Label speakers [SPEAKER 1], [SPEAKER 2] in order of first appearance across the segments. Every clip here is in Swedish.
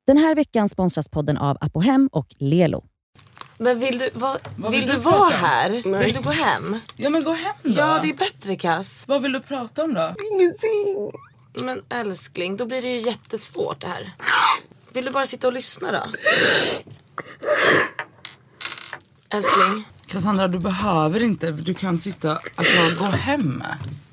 [SPEAKER 1] Den här veckan sponsras podden av Apohem och Lelo.
[SPEAKER 2] Men vill du vara här? Nej. Vill du gå hem?
[SPEAKER 3] Ja, men gå hem då.
[SPEAKER 2] Ja, det är bättre, Cass.
[SPEAKER 3] Vad vill du prata om då?
[SPEAKER 2] Ingenting. Men älskling, då blir det ju jättesvårt det här. Vill du bara sitta och lyssna då? Älskling.
[SPEAKER 3] Cassandra, du behöver inte. Du kan sitta, alltså gå hem.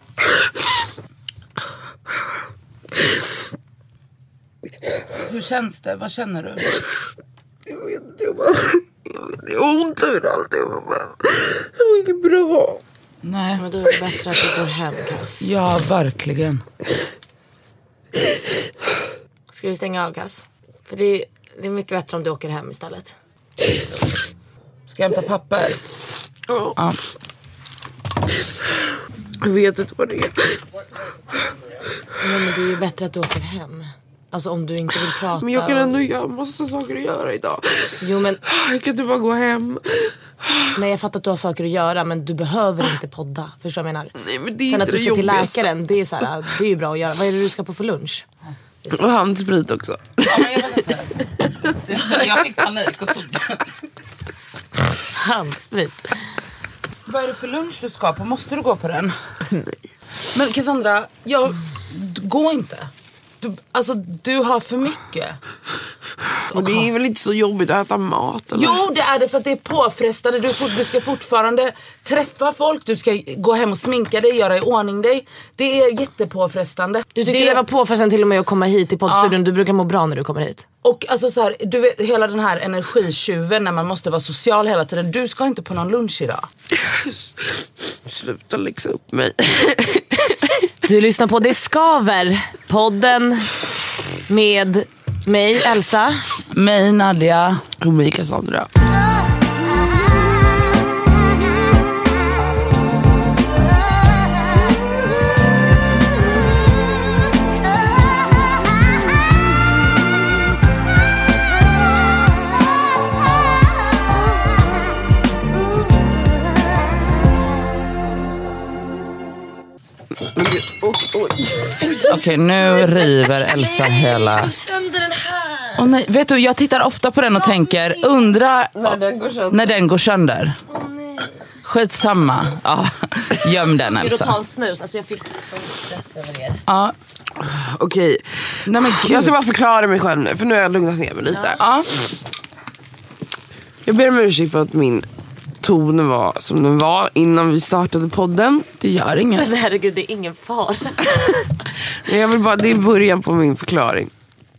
[SPEAKER 3] Hur känns det? Vad känner du?
[SPEAKER 4] Jag vet inte. Det är ont överallt. Det var inte bra.
[SPEAKER 3] Nej.
[SPEAKER 2] Men då är det bättre att du går hem, Cass.
[SPEAKER 3] Ja, verkligen.
[SPEAKER 2] Ska vi stänga av, Cass? För det är mycket bättre om du åker hem istället.
[SPEAKER 3] Ska jag hämta papper?
[SPEAKER 4] Ja. Jag vet inte vad det är.
[SPEAKER 2] Men det är ju bättre att du åker hem. Alltså om du inte vill prata.
[SPEAKER 4] Men jag kan ändå göra massa saker att göra idag.
[SPEAKER 2] Jo, men
[SPEAKER 4] jag kan inte bara gå hem.
[SPEAKER 2] Nej, jag fattar att du har saker att göra, men du behöver inte podda. Förstår jag menar?
[SPEAKER 4] Nej, men det är
[SPEAKER 2] sen
[SPEAKER 4] inte
[SPEAKER 2] att du
[SPEAKER 4] det
[SPEAKER 2] ska till
[SPEAKER 4] jobbigaste.
[SPEAKER 2] läkaren, det är så här, det är ju bra att göra. Vad är det du ska på för lunch?
[SPEAKER 4] Och handsprit också.
[SPEAKER 3] Ja, men jag vet inte. Jag fick panik och tog
[SPEAKER 2] handsprit.
[SPEAKER 3] Vad är det för lunch du ska på? Måste du gå på den?
[SPEAKER 4] Nej.
[SPEAKER 3] Men Cassandra, gå inte. Du har för mycket.
[SPEAKER 4] Och det är väl inte så jobbigt att äta mat, eller?
[SPEAKER 3] Jo, det är det, för att det är påfrestande. Du ska fortfarande träffa folk. Du ska gå hem och sminka dig, göra i ordning dig. Det är jättepåfrestande.
[SPEAKER 2] Du tyckte det var påfrestande till och med att komma hit till poddstudion. Ja. Du brukar må bra när du kommer hit.
[SPEAKER 3] Och alltså så här, du vet, hela den här energitjuven när man måste vara social hela tiden. Du ska inte på någon lunch idag.
[SPEAKER 4] Sluta läxa upp mig.
[SPEAKER 2] Du lyssnar på Det Skaver, podden med mig, Elsa,
[SPEAKER 3] mig, Nadia
[SPEAKER 4] och mig, Cassandra.
[SPEAKER 3] Okej, nu river Elsa hela.
[SPEAKER 2] Sönder den här.
[SPEAKER 3] Åh nej, vet du, jag tittar ofta på den och tänker, undrar när den går sönder. Skitsamma. Ja, göm den, Elsa.
[SPEAKER 2] Ta en snus, alltså jag fick sån stress över det.
[SPEAKER 3] Ja.
[SPEAKER 4] Okej.
[SPEAKER 3] Nej, men
[SPEAKER 4] jag ska bara förklara mig själv nu, för nu har jag lugnat ner mig lite.
[SPEAKER 3] Ja.
[SPEAKER 4] Jag ber om ursäkt för att min ton var som den var innan vi startade podden.
[SPEAKER 3] Det gör inget.
[SPEAKER 2] Men herregud, det är ingen fara.
[SPEAKER 4] Jag vill bara, det är början på min förklaring.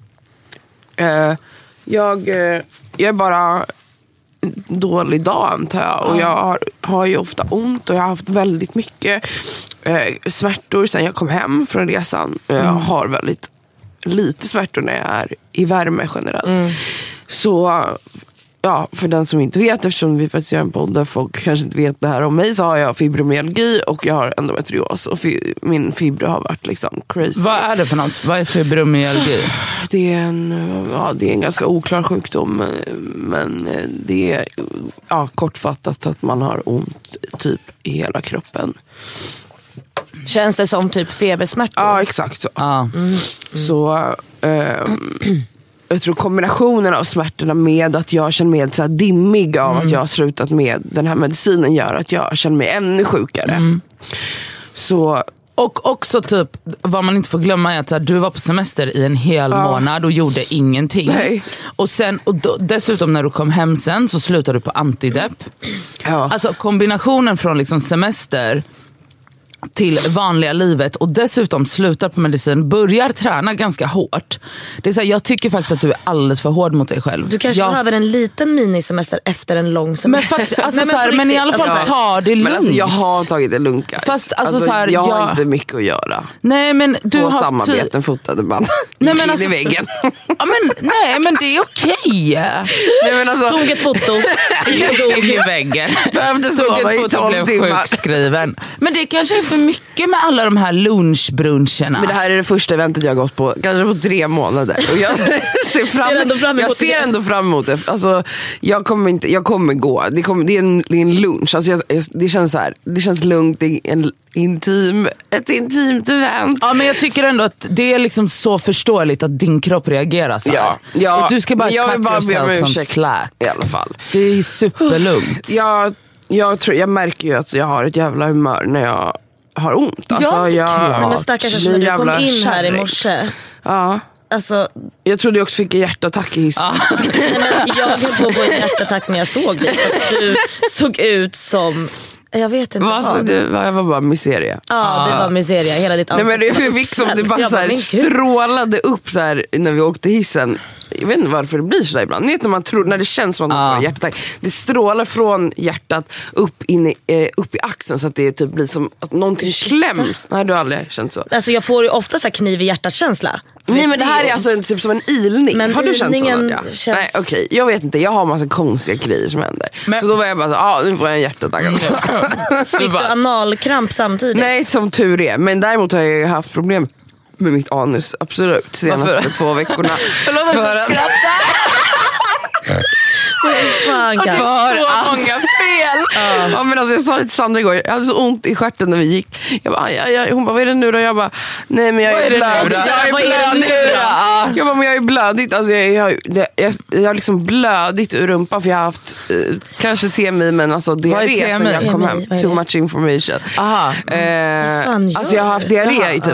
[SPEAKER 4] Jag är bara en dålig dag, antar jag. Och jag har ju ofta ont och jag har haft väldigt mycket smärtor sen jag kom hem från resan. Jag har väldigt lite smärtor när jag är i värme generellt. Så ja, för den som inte vet, eftersom vi faktiskt gör en podd där folk kanske inte vet det här om mig, så har jag fibromyalgi och jag har endometrios. Och min fibro har varit liksom crazy.
[SPEAKER 3] Vad är det för något? Vad är fibromyalgi?
[SPEAKER 4] Det är en ganska oklar sjukdom, men det är kortfattat att man har ont typ i hela kroppen.
[SPEAKER 2] Känns det som typ febersmärtor?
[SPEAKER 4] Ja, exakt så. Så jag tror kombinationen av smärtorna med att jag känner mig så här dimmig av att jag har slutat med den här medicinen gör att jag känner mig ännu sjukare. Så
[SPEAKER 3] och också typ, vad man inte får glömma är att så här, du var på semester i en hel månad och gjorde ingenting.
[SPEAKER 4] Nej.
[SPEAKER 3] Och sen, dessutom när du kom hem sen så slutade du på antidepp. Alltså kombinationen från liksom semester till vanliga livet och dessutom slutar på medicin, börjar träna ganska hårt. Det är så här, jag tycker faktiskt att du är alldeles för hård mot dig själv.
[SPEAKER 2] Du kanske behöver en liten minisemester efter en lång semester.
[SPEAKER 3] Men, alltså, men i alla fall ta det lugnt.
[SPEAKER 4] Men alltså, jag har tagit det lugnt, guys.
[SPEAKER 3] Fast alltså, så här,
[SPEAKER 4] jag har inte mycket att göra.
[SPEAKER 3] Nej, men du
[SPEAKER 4] på
[SPEAKER 3] har
[SPEAKER 4] samarbeten fotade man i väggen.
[SPEAKER 3] Ja, men det är okej.
[SPEAKER 4] Nej, men alltså,
[SPEAKER 2] tog ett foto
[SPEAKER 3] i väggen.
[SPEAKER 4] Behövde sova i 12 timmar.
[SPEAKER 3] Sjukskriven. Men det kanske är för mycket med alla de här lunchbruncherna.
[SPEAKER 4] Men det här är det första eventet jag har gått på, kanske på 3 månader. Och jag ser ändå fram emot det. Alltså, jag kommer gå. Det är en lunch. Alltså, det känns så här. Det känns lugnt. Det är ett intimt event.
[SPEAKER 3] Ja, men jag tycker ändå att det är liksom så förstårligt att din kropp reagerar så här.
[SPEAKER 4] Ja.
[SPEAKER 3] Och du ska bara cut yourself som slack.
[SPEAKER 4] I alla fall.
[SPEAKER 3] Det är superlugnt.
[SPEAKER 4] Jag märker ju att jag har ett jävla humör när jag har ont. Alltså,
[SPEAKER 2] Nej, men stackars, när du kom in här i morse.
[SPEAKER 4] Ja.
[SPEAKER 2] Alltså,
[SPEAKER 4] jag trodde jag också fick en hjärtattack i hissen.
[SPEAKER 2] Nej, men jag höll på att få en hjärtattack när jag såg dig. För att du såg ut som... Jag vet inte vad.
[SPEAKER 4] Jag var bara miseria.
[SPEAKER 2] Ja, det var miseria. Hela ditt ansikte.
[SPEAKER 4] Nej, men det är för mycket som det bara så här strålade upp så här när vi åkte hissen. Jag vet inte varför det blir så där ibland. När det känns som att man får en hjärtattack. Det strålar från hjärtat upp i axeln så att det typ blir som att någonting kläms. Nej, du har aldrig känt så.
[SPEAKER 2] Alltså jag får ju ofta så här kniv i hjärtat-känsla.
[SPEAKER 4] Nej, men det här är alltså typ som en ilning. Men har du känt sådant? Ja.
[SPEAKER 2] Känns...
[SPEAKER 4] Nej, okej. Jag vet inte. Jag har massa konstiga grejer som händer. Så då var jag bara så, nu får jag en hjärtattack.
[SPEAKER 2] Fick du analkramp samtidigt?
[SPEAKER 4] Nej, som tur är. Men däremot har jag ju haft problem med mitt anus, absolut, senaste 2 veckorna. För att...
[SPEAKER 2] Fan,
[SPEAKER 3] för så många fel.
[SPEAKER 4] Ja, men alltså, jag sa det till Sandra igår. Jag hade så ont i stjärten när vi gick. Jag bara, hon bara, vad är det nu då? Jag bara, nej men jag är blödigt. Jag bara, men jag är blödigt. Alltså, jag har liksom blödigt ur rumpan för jag har haft kanske TMI, men alltså diarré sen jag kom hem. Too much information. Alltså jag har haft diarré i typ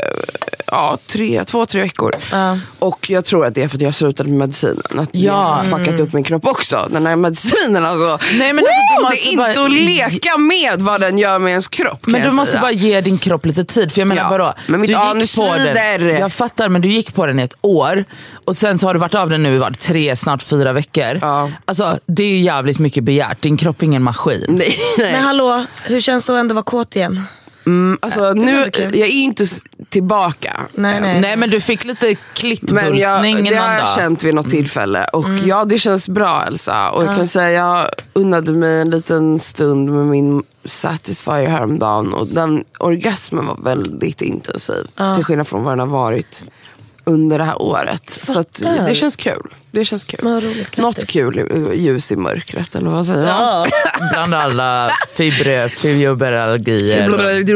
[SPEAKER 4] 2-3 veckor. Och jag tror att det är för att jag slutade med medicinen. Att jag har fuckat upp min kropp också. Den här medicinen alltså. Nej, men det är inte att leka med vad den gör med ens kropp.
[SPEAKER 3] Men du måste bara ge din kropp lite tid. För jag menar bara,
[SPEAKER 4] men mitt anus lider.
[SPEAKER 3] Jag fattar, men du gick på den i 1 år. Och sen så har du varit av den nu i 3, snart 4 veckor. Alltså det är ju jävligt mycket begärt. Din kropp är ingen maskin.
[SPEAKER 4] Nej.
[SPEAKER 2] Men hallå, hur känns det att ändå vara kåt igen?
[SPEAKER 4] Alltså nu, jag är inte tillbaka.
[SPEAKER 3] Nej, men du fick lite klittbultning
[SPEAKER 4] det har jag känt vid något tillfälle. Och det känns bra, Elsa. Och jag kan säga, jag unnade mig en liten stund med min Satisfyer häromdagen. Och den orgasmen var väldigt intensiv. Till skillnad från vad den har varit under det här året. Så att det känns kul. Det känns kul.
[SPEAKER 2] Roligt,
[SPEAKER 4] något kul ljus i mörkret, eller vad säger man?
[SPEAKER 3] Bland alla fibromyalgier.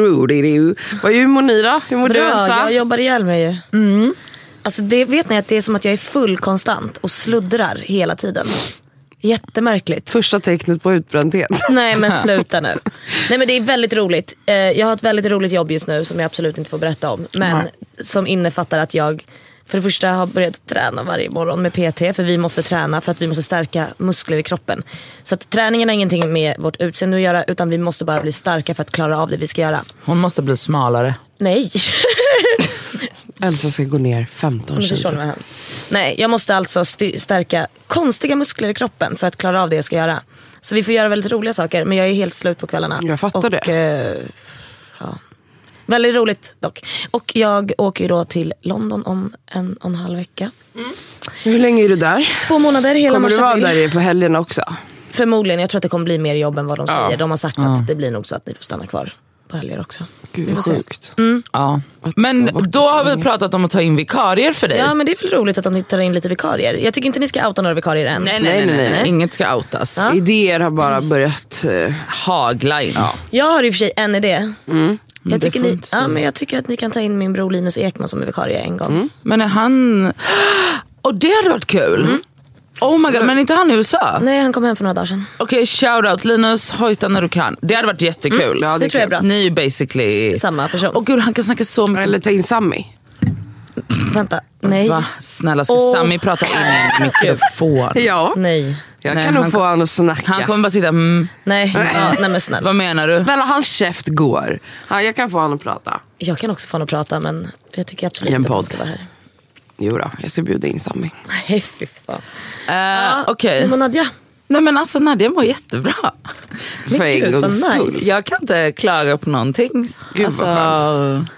[SPEAKER 4] Hur mår ni då? Hur mår du, Elsa?
[SPEAKER 2] Jag jobbar ihjäl mig ju. Alltså det vet ni att det är som att jag är full konstant och sluddrar hela tiden. Jättemärkligt.
[SPEAKER 4] Första tecknet på utbrändhet.
[SPEAKER 2] Nej, men sluta nu. Nej, men det är väldigt roligt. Jag har ett väldigt roligt jobb just nu som jag absolut inte får berätta om. Men som innefattar att jag för det första har börjat träna varje morgon med PT. För vi måste träna för att vi måste stärka muskler i kroppen. Så att träningen har ingenting med vårt utseende att göra. Utan vi måste bara bli starka för att klara av det vi ska göra.
[SPEAKER 3] Hon måste bli smalare.
[SPEAKER 2] Nej.
[SPEAKER 4] Elsa ska gå ner 15 kilo.
[SPEAKER 2] Nej, jag måste alltså stärka konstiga muskler i kroppen för att klara av det jag ska göra. Så vi får göra väldigt roliga saker. Men jag är helt slut på kvällarna.
[SPEAKER 4] Jag fattar det.
[SPEAKER 2] Väldigt roligt dock. Och jag åker ju då till London om 1,5 vecka.
[SPEAKER 4] Hur länge är du där?
[SPEAKER 2] 2 månader, hela mars.
[SPEAKER 4] Kommer du vara där på helgerna också?
[SPEAKER 2] Förmodligen, jag tror att det kommer bli mer jobb än vad de säger. De har sagt att det blir nog så att ni får stanna kvar på helger också.
[SPEAKER 4] Gud, vad sjukt.
[SPEAKER 3] Ja. Men då har vi pratat om att ta in vikarier för dig.
[SPEAKER 2] Ja, men det är väl roligt att de tar in lite vikarier. Jag tycker inte ni ska outa några vikarier än.
[SPEAKER 3] Nej. Inget ska outas.
[SPEAKER 4] Idéer har bara börjat
[SPEAKER 3] hagla in.
[SPEAKER 2] Jag har i och för sig en idé. Jag tycker att ni kan ta in min bror Linus Ekman som är vikarie en gång.
[SPEAKER 3] Men är han... Och det hade varit kul. Oh my god, men inte han i USA?
[SPEAKER 2] Nej, han kom hem för några dagar sedan.
[SPEAKER 3] Okej, shoutout Linus, hojta när du kan. Det hade varit jättekul.
[SPEAKER 4] Ja,
[SPEAKER 2] det tror jag är bra.
[SPEAKER 3] Ni är ju basically
[SPEAKER 2] samma person.
[SPEAKER 3] Och gud, han kan snacka så mycket.
[SPEAKER 4] Eller ta in Sammy.
[SPEAKER 2] Vänta, nej.
[SPEAKER 3] Va? Snälla, ska Sammy prata in i en mikrofon?
[SPEAKER 4] Ja.
[SPEAKER 2] Nej.
[SPEAKER 4] Jag kan nog få han att snacka.
[SPEAKER 3] Han kommer bara sitta
[SPEAKER 2] nej, men snälla.
[SPEAKER 3] Vad menar du?
[SPEAKER 4] Snälla, hans käft går. Jag kan få han att prata.
[SPEAKER 2] Jag kan också få han att prata, men jag tycker absolut inte att han ska vara här.
[SPEAKER 4] Jo då, jag ska bjuda in Sammy.
[SPEAKER 2] Nej, fy fan.
[SPEAKER 3] Okej.
[SPEAKER 2] Hur mår Nadja?
[SPEAKER 3] Nej, men alltså Nadja mår jättebra.
[SPEAKER 4] För en gångs skull.
[SPEAKER 2] Nice.
[SPEAKER 3] Jag kan inte klaga på någonting.
[SPEAKER 4] Gud,
[SPEAKER 3] alltså,
[SPEAKER 4] vad skönt.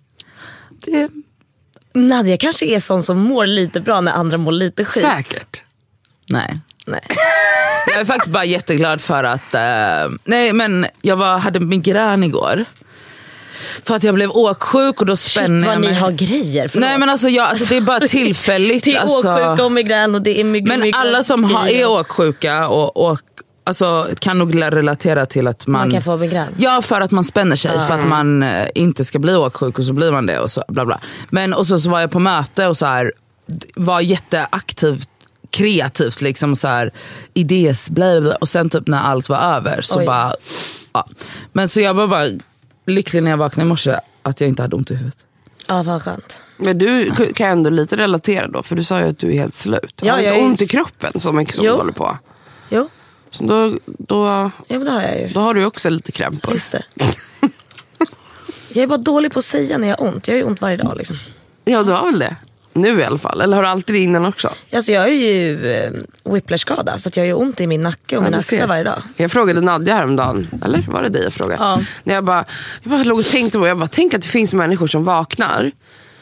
[SPEAKER 2] Nadja kanske är sån som mår lite bra när andra mår lite skit.
[SPEAKER 4] Säkert.
[SPEAKER 3] Nej.
[SPEAKER 2] Nej.
[SPEAKER 3] Jag är faktiskt bara jätteglad för att... nej, men jag hade migrän igår. för att jag blev åksjuk och då spänner
[SPEAKER 2] Shit vad
[SPEAKER 3] jag
[SPEAKER 2] ni
[SPEAKER 3] mig.
[SPEAKER 2] har grejer. Förlåt.
[SPEAKER 3] Nej men alltså, det är bara tillfälligt.
[SPEAKER 2] Det är åksjuka och migrän och det är
[SPEAKER 3] men alla som är åksjuka och alltså, kan nog relatera till att man
[SPEAKER 2] kan få migrän.
[SPEAKER 3] Ja, för att man spänner sig för att man inte ska bli åksjuk och så blir man det och så bla bla. Men och så var jag på möte och så här var jätteaktivt kreativt liksom så här idésblöd och sen typ när allt var över så bara ja. Men så jag var bara lycklig när jag vaknade i morse att jag inte hade ont i huvudet.
[SPEAKER 2] Ja, vad skönt.
[SPEAKER 4] Men du kan ändå lite relatera då, för du sa ju att du är helt slut.
[SPEAKER 2] Ja,
[SPEAKER 4] har du inte ont i kroppen så mycket som du håller på?
[SPEAKER 2] Jo.
[SPEAKER 4] Så då
[SPEAKER 2] Ja, men det har jag ju.
[SPEAKER 4] Då har du också lite krämpor.
[SPEAKER 2] Just det. Jag är bara dålig på att säga när jag har ont. Jag har ju ont varje dag liksom.
[SPEAKER 4] Ja, du har väl det. Nu i alla fall. Eller har du alltid det innan också?
[SPEAKER 2] Alltså jag är ju whiplash-skada. Så att jag har ju ont i min nacke och mina axlar varje dag.
[SPEAKER 4] Jag frågade Nadja häromdagen. Eller var det dig jag frågade?
[SPEAKER 2] Ja.
[SPEAKER 4] När jag bara låg och tänkte på. Jag bara, tänk att det finns människor som vaknar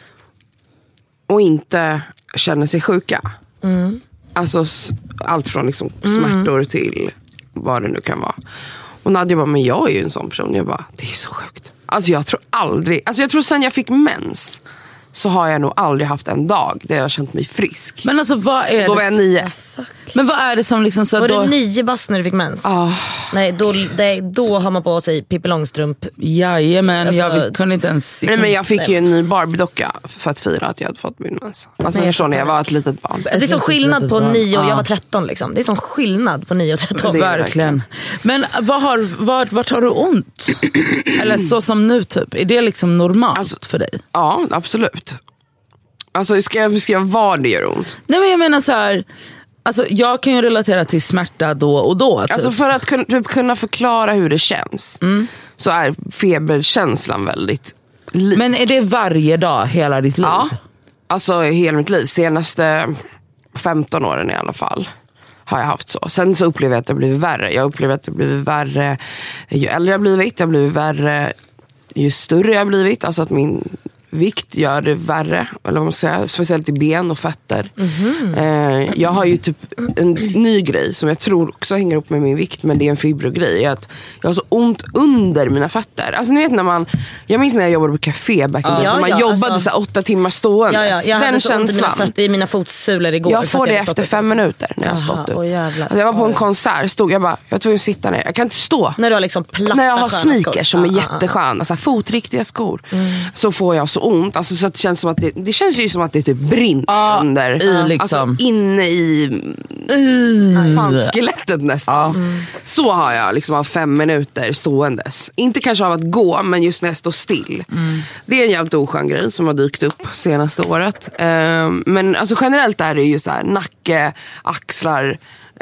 [SPEAKER 4] och inte känner sig sjuka. Alltså allt från liksom smärtor till vad det nu kan vara. Och Nadja bara, men jag är ju en sån person. Jag bara, det är så sjukt. Alltså jag tror sen jag fick mens så har jag nog aldrig haft en dag där jag har känt mig frisk.
[SPEAKER 3] Men alltså vad är
[SPEAKER 4] då var jag 9.
[SPEAKER 3] Men vad är det som liksom så
[SPEAKER 2] var
[SPEAKER 3] då...
[SPEAKER 2] du 9 bast när du fick mens? Nej, då har man på sig Pippi Långstrump.
[SPEAKER 3] Jajamän,
[SPEAKER 2] Alltså,
[SPEAKER 3] jag kunde inte ens...
[SPEAKER 4] Nej, men jag fick ju en ny Barbie-docka för att fira att jag hade fått min mens. Alltså förstår ni, jag var ett litet barn.
[SPEAKER 2] Det är sån skillnad på 9 och jag var 13 liksom. Det är sån skillnad på 9 och 13.
[SPEAKER 3] Verkligen. Men vart har du ont? Eller så som nu typ. Är det liksom normalt för dig?
[SPEAKER 4] Ja, absolut. Alltså ska jag beskriva vad det gör ont?
[SPEAKER 3] Nej men jag menar så här. Alltså jag kan ju relatera till smärta då och då typ.
[SPEAKER 4] Alltså för att kunna förklara hur det känns så är feberkänslan väldigt lik.
[SPEAKER 3] Men är det varje dag hela ditt liv?
[SPEAKER 4] Ja, alltså hela mitt liv. Senaste 15 åren i alla fall har jag haft så. Sen så upplever jag att det blivit värre. Jag upplever att det blivit värre ju äldre jag blivit. Det har blivit värre ju större jag blivit. Alltså att min vikt gör det värre, eller vad man säger, speciellt i ben och fötter. Jag har ju typ en ny grej som jag tror också hänger upp med min vikt, men det är en fibrogrej, att jag har så ont under mina fötter. Alltså ni vet när jag minns när jag jobbade på café back in när man jobbade så 8 timmar stående.
[SPEAKER 2] Jag hade så ont i mina fotsulor igår.
[SPEAKER 4] Jag får det efter 5 minuter när jag har stått upp. Alltså jag var på en konsert, jag var tvungen att sitta ner. Jag kan inte stå.
[SPEAKER 2] När du har liksom platta,
[SPEAKER 4] när jag har sneakers som är jättesköna, alltså fotriktiga skor, så får jag så ont, alltså så att det känns som att det känns ju som att det typ brinner under
[SPEAKER 3] liksom.
[SPEAKER 4] alltså inne i skelettet nästan. Så har jag liksom av 5 minuter ståendes. Inte kanske av att gå, men just när jag står still. Det är en jävligt oskön grej som har dykt upp senaste året. Men alltså generellt är det ju så här nacke, axlar,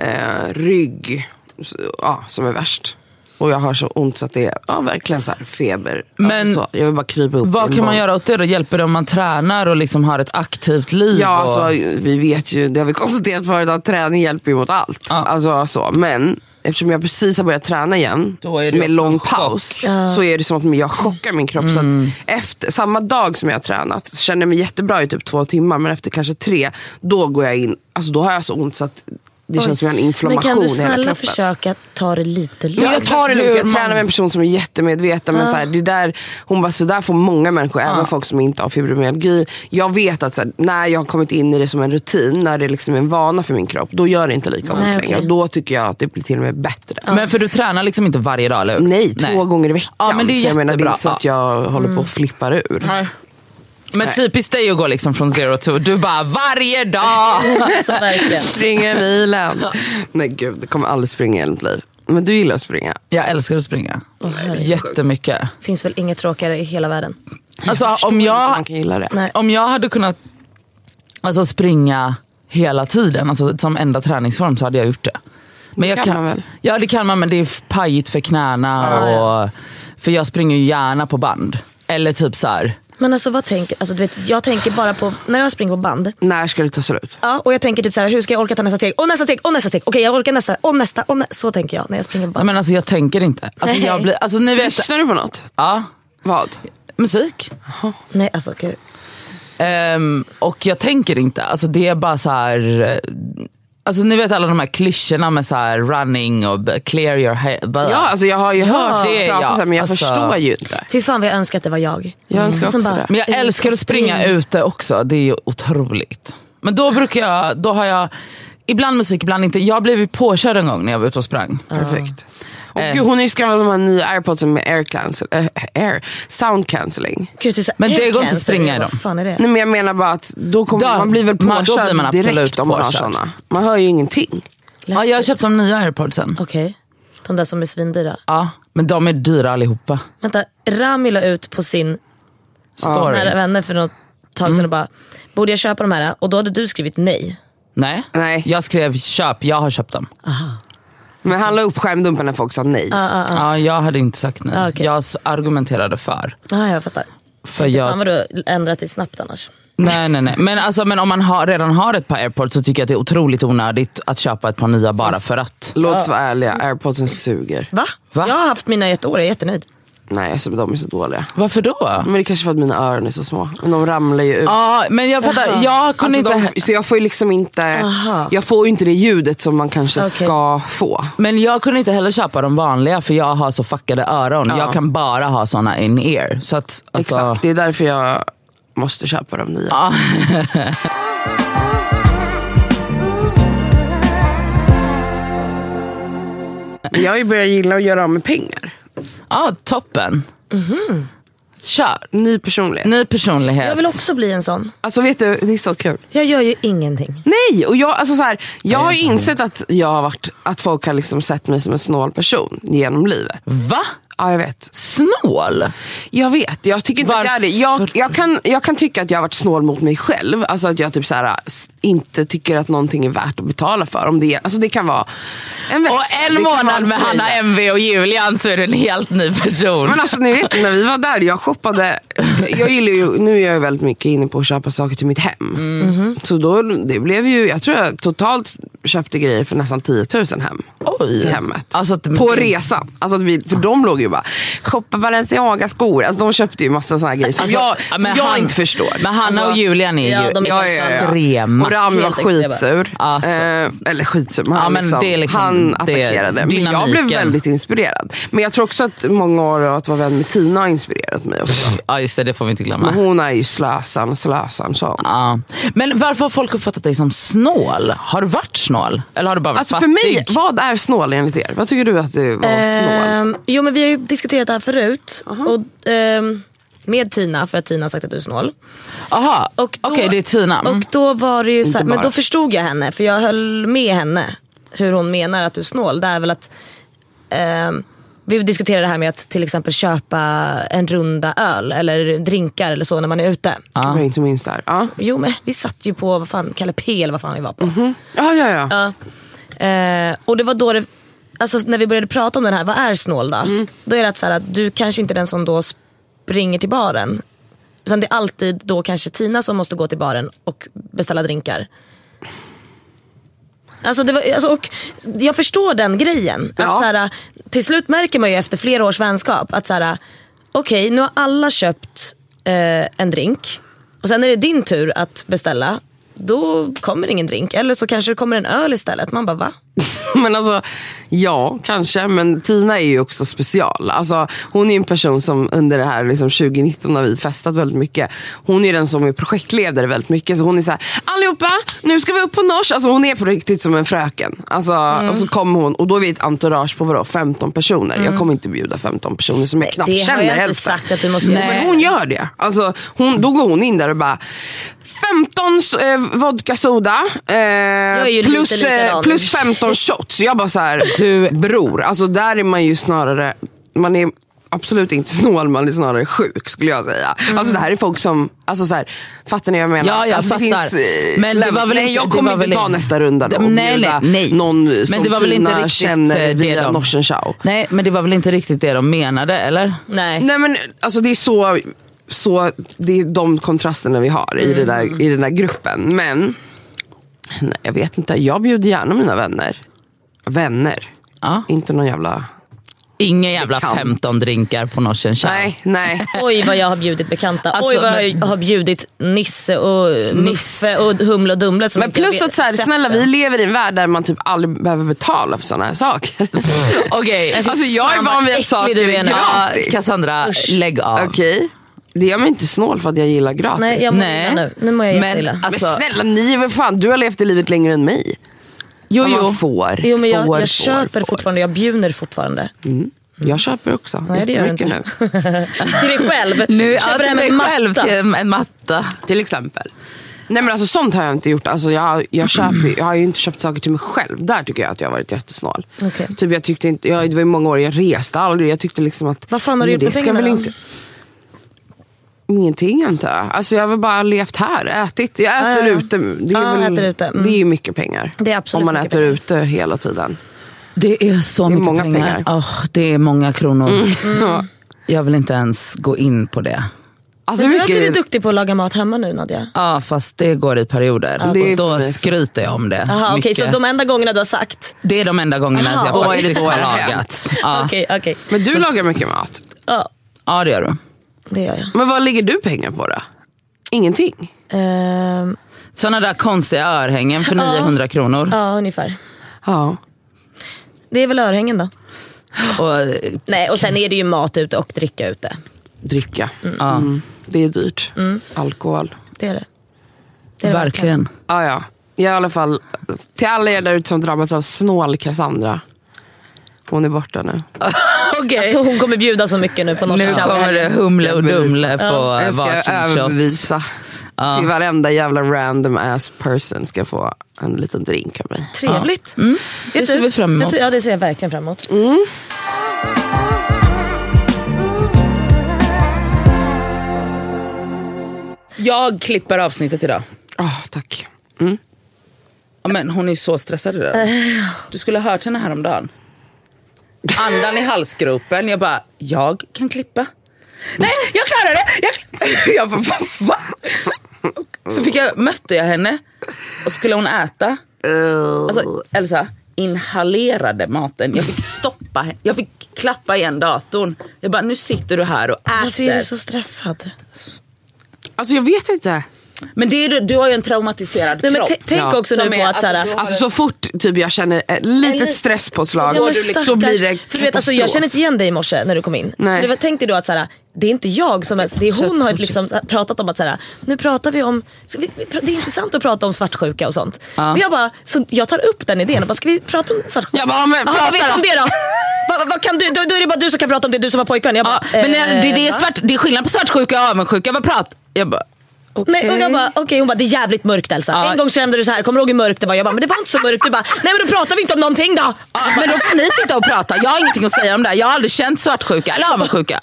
[SPEAKER 4] rygg som är värst. Och jag har så ont så att det är verkligen så här feber.
[SPEAKER 3] Men
[SPEAKER 4] alltså så, jag vill bara krypa upp.
[SPEAKER 3] Vad kan man göra åt det då? Hjälper det om man tränar och liksom har ett aktivt liv?
[SPEAKER 4] Ja, alltså, vi vet ju, det har vi konstaterat förut, att träning hjälper ju mot allt. Alltså, så. Men eftersom jag precis har börjat träna igen med lång paus, så är det som att jag chockar min kropp. Så att efter, samma dag som jag har tränat känner jag mig jättebra i typ 2 timmar, men efter kanske 3, då går jag in, alltså då har jag så ont så att det känns som en inflammation i hela kroppen.
[SPEAKER 2] Men kan du snälla försöka ta det lite lugnt?
[SPEAKER 4] Jag tar det lugnt. Jag tränar med en person som är jättemedveten. Men så här, det där, hon bara, så där får många människor, även folk som inte har fibromyalgi. Jag vet att så här, när jag har kommit in i det som en rutin, när det liksom är en vana för min kropp, då gör det inte lika ont längre. Och då tycker jag att det blir till och med bättre.
[SPEAKER 3] Men för du tränar liksom inte varje dag, eller hur?
[SPEAKER 4] Nej, 2 gånger i veckan.
[SPEAKER 3] Ja, men det är
[SPEAKER 4] så jag menar, det är
[SPEAKER 3] jättebra.
[SPEAKER 4] inte så att jag håller på att flippar ur.
[SPEAKER 3] Nej. Men typiskt dig att gå liksom från 0 to, du bara varje dag.
[SPEAKER 2] Alltså, verkligen.
[SPEAKER 4] Springer milen. Nej gud, det kommer aldrig springa i mitt liv. Men du gillar att springa.
[SPEAKER 3] Jag älskar att springa. Jättemycket.
[SPEAKER 2] Finns väl inget tråkigare i hela världen.
[SPEAKER 3] Alltså om jag hade kunnat springa hela tiden, alltså som enda träningsform, så hade jag gjort det. Men
[SPEAKER 4] det kan man väl?
[SPEAKER 3] Ja, det kan man, men det är pajigt för knäna för jag springer ju gärna på band. Eller typ så här.
[SPEAKER 2] Men alltså vad tänker, alltså du vet, jag tänker bara på när jag springer på band.
[SPEAKER 4] När ska det ta slut?
[SPEAKER 2] Ja, och jag tänker typ så här, hur ska jag orka ta nästa steg? Och nästa steg, och nästa steg. Okej, jag orkar nästa, och nästa. Så tänker jag när jag springer på band.
[SPEAKER 3] Men alltså jag tänker inte. Alltså jag blir, alltså ni vet.
[SPEAKER 4] Lyssnar du på något?
[SPEAKER 3] Ja.
[SPEAKER 4] Vad?
[SPEAKER 3] Musik.
[SPEAKER 2] Nej, alltså gud.
[SPEAKER 3] Och jag tänker inte. Alltså det är bara så här. Alltså ni vet alla de här klyschorna med så här running och clear your head.
[SPEAKER 4] Ja, alltså jag har ju hört det prata så här, men jag förstår ju inte.
[SPEAKER 2] Fy fan vad jag önskar att det var jag.
[SPEAKER 4] Jag önskar också det.
[SPEAKER 3] Men jag älskar att springa ute också. Det är ju otroligt. Men då har jag ibland musik, ibland inte. Jag blev ju påkörd en gång när jag var ute och sprang.
[SPEAKER 4] Perfekt. Och gud, hon har ju skaffat de här nya AirPods med sound cancelling.
[SPEAKER 2] Gud,
[SPEAKER 3] men det går inte att springa i dem.
[SPEAKER 2] Vad fan är det?
[SPEAKER 4] Nej, men jag menar bara att då man blir väl påkörd man direkt om man har såna. Man hör ju ingenting.
[SPEAKER 3] Ja, jag har köpt de nya AirPodsen.
[SPEAKER 2] Okej. De där som är svindyra.
[SPEAKER 3] Ja, men de är dyra allihopa.
[SPEAKER 2] Vänta, Rami la ut på sin
[SPEAKER 3] Story.
[SPEAKER 2] nära vänner för något tag sedan och bara, borde jag köpa de här? Och då hade du skrivit nej.
[SPEAKER 3] Nej. Jag skrev köp, jag har köpt dem.
[SPEAKER 2] Aha.
[SPEAKER 4] Men han la upp skärmdumpen när folk sa nej.
[SPEAKER 3] Ja, jag hade inte sagt nej.
[SPEAKER 2] Okay.
[SPEAKER 3] Jag argumenterade för.
[SPEAKER 2] Jag fattar. Fan vad du ändrat dig snabbt annars.
[SPEAKER 3] Nej. Men om man redan har ett par AirPods så tycker jag att det är otroligt onödigt att köpa ett par nya bara för att.
[SPEAKER 4] Låt oss vara ärliga, AirPodsen suger.
[SPEAKER 2] Va? Jag har haft mina i ett år, jag är jättenöjd.
[SPEAKER 4] Nej, alltså, de är så dåliga.
[SPEAKER 3] Varför då?
[SPEAKER 4] Men det är kanske för att mina öron är så små. Men de ramlar ju ut.
[SPEAKER 3] Ja, men jag fattar. Jag kunde inte...
[SPEAKER 4] Så jag får ju liksom inte... Jag får ju inte det ljudet som man kanske ska få.
[SPEAKER 3] Men jag kunde inte heller köpa de vanliga för jag har så fuckade öron. Jag kan bara ha såna in-ear. Så att, alltså...
[SPEAKER 4] Exakt, det är därför jag måste köpa de nya. Jag har ju börjat gilla att göra av med pengar.
[SPEAKER 3] Ja, toppen. Kör.
[SPEAKER 4] Ny personlighet.
[SPEAKER 2] Jag vill också bli en sån.
[SPEAKER 4] Alltså vet du, det är så kul.
[SPEAKER 2] Jag gör ju ingenting.
[SPEAKER 4] Nej, och jag har ju insett att folk har liksom sett mig som en snål person genom livet.
[SPEAKER 3] Va?
[SPEAKER 4] Ja, jag vet.
[SPEAKER 3] Snål?
[SPEAKER 4] Jag vet, jag tycker inte att jag är det. Jag kan tycka att jag har varit snål mot mig själv. Alltså att jag typ inte tycker att någonting är värt att betala för. Om det, alltså det kan vara en väska.
[SPEAKER 3] Och en månad med Hanna MV och Julian så är du en helt ny person.
[SPEAKER 4] Men alltså ni vet, när vi var där, jag shoppade. Jag gillar ju, nu är jag väldigt mycket inne på att köpa saker till mitt hem. Så då, det blev ju, jag tror jag totalt köpte grejer för nästan 10 000 hem.
[SPEAKER 3] Oj.
[SPEAKER 4] Till hemmet.
[SPEAKER 3] Alltså
[SPEAKER 4] på resan. Alltså för de låg ju bara shoppa Balenciaga skor. Alltså de köpte ju massa såna här grejer som jag inte förstår.
[SPEAKER 3] Men Hanna och Julian är ju extrema.
[SPEAKER 4] Och Rami var skitsur.
[SPEAKER 3] Alltså.
[SPEAKER 4] Eller skitsur. Men han attackerade. Men jag blev väldigt inspirerad. Men jag tror också att många år att vara vän med Tina har inspirerat mig också.
[SPEAKER 3] Ja just det får vi inte glömma.
[SPEAKER 4] Men hon är ju slösan så.
[SPEAKER 3] Ja. Men varför har folk uppfattat dig som snål? Har du varit snål? Eller har du bara varit fattig?
[SPEAKER 4] För mig, vad är snål enligt er? Vad tycker du att det var snål?
[SPEAKER 2] Jo men vi har ju diskuterat det här förut. Och, med Tina, för att Tina har sagt att du är snål.
[SPEAKER 3] Aha, okej, det är Tina.
[SPEAKER 2] Och då var det ju så här, men då förstod jag henne. För jag höll med henne hur hon menar att du är snål. Det är väl att vi diskuterade det här med att till exempel köpa en runda öl eller drinkar eller så när man är ute.
[SPEAKER 4] Jag inte minst där.
[SPEAKER 2] Jo men vi satt ju på Kalle P eller vad fan vi var på.
[SPEAKER 4] Ja.
[SPEAKER 2] Och det var då det, alltså när vi började prata om den här, vad är snål då? Då är det att, så här, att du kanske inte är den som då springer till baren. Utan det är alltid då kanske Tina som måste gå till baren och beställa drinkar. Alltså, och jag förstår den grejen. Att, så här, till slut märker man ju efter flera års vänskap att okej, nu har alla köpt en drink. Och sen är det din tur att beställa. Då kommer ingen drink. Eller så kanske det kommer en öl istället. Man bara, va?
[SPEAKER 4] Men alltså, ja, kanske. Men Tina är ju också special. Alltså, hon är en person som under det här liksom, 2019 har vi festat väldigt mycket. Hon är den som är projektledare väldigt mycket. Så hon är så här, allihopa, nu ska vi upp på Nors. Alltså hon är på riktigt som en fröken. Alltså, och så kommer hon, och då är vi ett entourage på 15 personer. Jag kommer inte bjuda 15 personer som jag knappt känner.
[SPEAKER 2] Det har jag inte sagt att du måste göra.
[SPEAKER 4] Men hon gör det. Alltså, då går hon in där och bara 15 vodka soda plus 15 shots. Så jag bara så här, du bror, alltså där är man ju snarare, man är absolut inte snål, man är snarare sjuk skulle jag säga. Alltså det här är folk som, alltså så här, fattar ni vad jag menar?
[SPEAKER 3] Ja, jag
[SPEAKER 4] alltså,
[SPEAKER 3] fattar.
[SPEAKER 4] Det finns,
[SPEAKER 3] men det var väl inte,
[SPEAKER 4] jag kommer inte ta nästa runda då.
[SPEAKER 3] Nej.
[SPEAKER 4] Någon
[SPEAKER 3] men
[SPEAKER 4] som
[SPEAKER 3] det var väl inte
[SPEAKER 4] Tina
[SPEAKER 3] riktigt
[SPEAKER 4] känner via Norsen Chow.
[SPEAKER 3] Nej, men det var väl inte riktigt det de menade, eller?
[SPEAKER 2] Nej
[SPEAKER 4] men alltså det är så det är de kontrasterna vi har i den där gruppen. Men nej, jag vet inte, jag bjuder gärna mina vänner. Inte någon jävla
[SPEAKER 3] Ingen jävla 15 drinkar på Norsen Chow.
[SPEAKER 4] Nej.
[SPEAKER 2] Oj vad jag har bjudit bekanta.
[SPEAKER 3] Alltså,
[SPEAKER 2] oj vad jag har bjudit Nisse och Niffe och Humle och Dumle. Som
[SPEAKER 4] men plus att så här, snälla, vi lever i en värld där man typ aldrig behöver betala för såna här saker.
[SPEAKER 3] Okej.
[SPEAKER 4] Alltså jag är van vid att saker är gratis.
[SPEAKER 3] Cassandra, lägg av.
[SPEAKER 4] Okej. Det gör mig inte snål för att jag gillar gratis.
[SPEAKER 2] Nej, jag mår illa nu mår jag jätteilla.
[SPEAKER 3] Alltså,
[SPEAKER 4] men snälla, ni är väl fan, du har levt i livet längre än mig.
[SPEAKER 3] Jo.
[SPEAKER 2] Men jag köper fortfarande, jag bjuder fortfarande.
[SPEAKER 4] Jag köper också.
[SPEAKER 2] Nej, det gör jag inte.
[SPEAKER 4] Nu.
[SPEAKER 2] Till dig själv.
[SPEAKER 3] Nu
[SPEAKER 2] köper
[SPEAKER 3] till
[SPEAKER 2] en matta.
[SPEAKER 3] En matta.
[SPEAKER 4] Till exempel. Nej men alltså sånt har jag inte gjort. Alltså jag har ju inte köpt saker till mig själv. Där tycker jag att jag har varit jättesnål.
[SPEAKER 2] Okay.
[SPEAKER 4] Typ jag tyckte inte, det var ju många år jag reste aldrig. Jag tyckte liksom att
[SPEAKER 2] vad fan har du gjort med pengarna då?
[SPEAKER 4] Ingenting inte. Alltså jag har väl bara levt här, ätit. Jag äter ute. Det är ju mycket pengar.
[SPEAKER 2] Det är absolut
[SPEAKER 4] om man
[SPEAKER 2] mycket
[SPEAKER 4] äter
[SPEAKER 2] pengar.
[SPEAKER 4] ute hela tiden.
[SPEAKER 3] Det är så mycket
[SPEAKER 4] många
[SPEAKER 3] pengar. Det är många kronor. Jag vill inte ens gå in på det.
[SPEAKER 4] Alltså,
[SPEAKER 2] du har blivit duktig på att laga mat hemma nu, Nadia.
[SPEAKER 3] Ja, fast det går i perioder. Och då skryter jag om det.
[SPEAKER 2] Aha, okej, så de enda gångerna du har sagt?
[SPEAKER 3] Det är de enda gångerna att jag faktiskt har lagat. Ja.
[SPEAKER 2] Okej.
[SPEAKER 4] Men du lagar mycket mat?
[SPEAKER 3] Ja, det gör du.
[SPEAKER 2] Det gör jag.
[SPEAKER 4] Men vad lägger du pengar på då? Ingenting?
[SPEAKER 3] Såna där konstiga örhängen för 900 kronor.
[SPEAKER 2] Ja, ungefär.
[SPEAKER 4] Ja.
[SPEAKER 2] Det är väl örhängen då.
[SPEAKER 3] Och
[SPEAKER 2] och sen är det ju mat ute och dricka ute.
[SPEAKER 4] Dricka. Det är dyrt. Alkohol.
[SPEAKER 2] Det är det.
[SPEAKER 3] Verkligen.
[SPEAKER 4] Ja. I alla fall, till alla er där ute som drabbats av snål Cassandra. Hon är borta nu.
[SPEAKER 2] Okay. Alltså hon kommer bjuda så mycket nu på Norsen Chow.
[SPEAKER 3] Nu kommer det Humle och Dumle på
[SPEAKER 4] jag ska överbevisa till varenda jävla random ass person ska få en liten drink av mig.
[SPEAKER 2] Trevligt.
[SPEAKER 3] Det ser vi fram emot.
[SPEAKER 2] Ja, det ser jag verkligen fram emot.
[SPEAKER 3] Jag klipper avsnittet idag.
[SPEAKER 4] Tack.
[SPEAKER 3] Ja, men hon är så stressad idag. Du skulle ha hört henne häromdagen. Andan i halsgropen. Jag bara, jag kan klippa. Nej, jag klarar det. Jag bara, va? Så mötte jag henne. Och skulle hon äta. Alltså, Elsa inhalerade maten. Jag fick stoppa. Jag fick klappa igen datorn. Jag bara, nu sitter du här och äter.
[SPEAKER 2] Varför är du så stressad?
[SPEAKER 4] Alltså jag vet inte.
[SPEAKER 3] Men du har ju en traumatiserad kropp.
[SPEAKER 2] Tänk också nu på att
[SPEAKER 4] alltså så fort typ jag känner ett litet stresspåslag så blir det
[SPEAKER 2] för du vet, alltså, jag känner inte igen dig i morse när du kom in. För tänkte då att såhär, det är inte jag som är, det är hon har liksom pratat om att såhär, nu pratar vi om det är intressant att prata om svartsjuka och sånt. Men jag bara, så jag tar upp den idén och bara, ska vi prata om svartsjuka?
[SPEAKER 4] Jag bara, men
[SPEAKER 2] vad vet om det då? Vad kan du, då är det bara du som kan prata om det, du som har pojkvän. Jag bara,
[SPEAKER 3] men det är skillnad på svartsjuka och avundsjuka. Vad pratar jag bara?
[SPEAKER 2] Okay. Nej, och jag bara, hon bara, det är jävligt mörkt Elsa. En gång kände du så här, kommer du ihåg hur mörkt det var? Jag bara, men det var inte så mörkt. Du bara, nej men då pratar vi inte om någonting då.
[SPEAKER 3] Men då får ni sitta och prata. Jag har ingenting att säga om det. Jag har aldrig känt svartsjuka eller avundsjuka.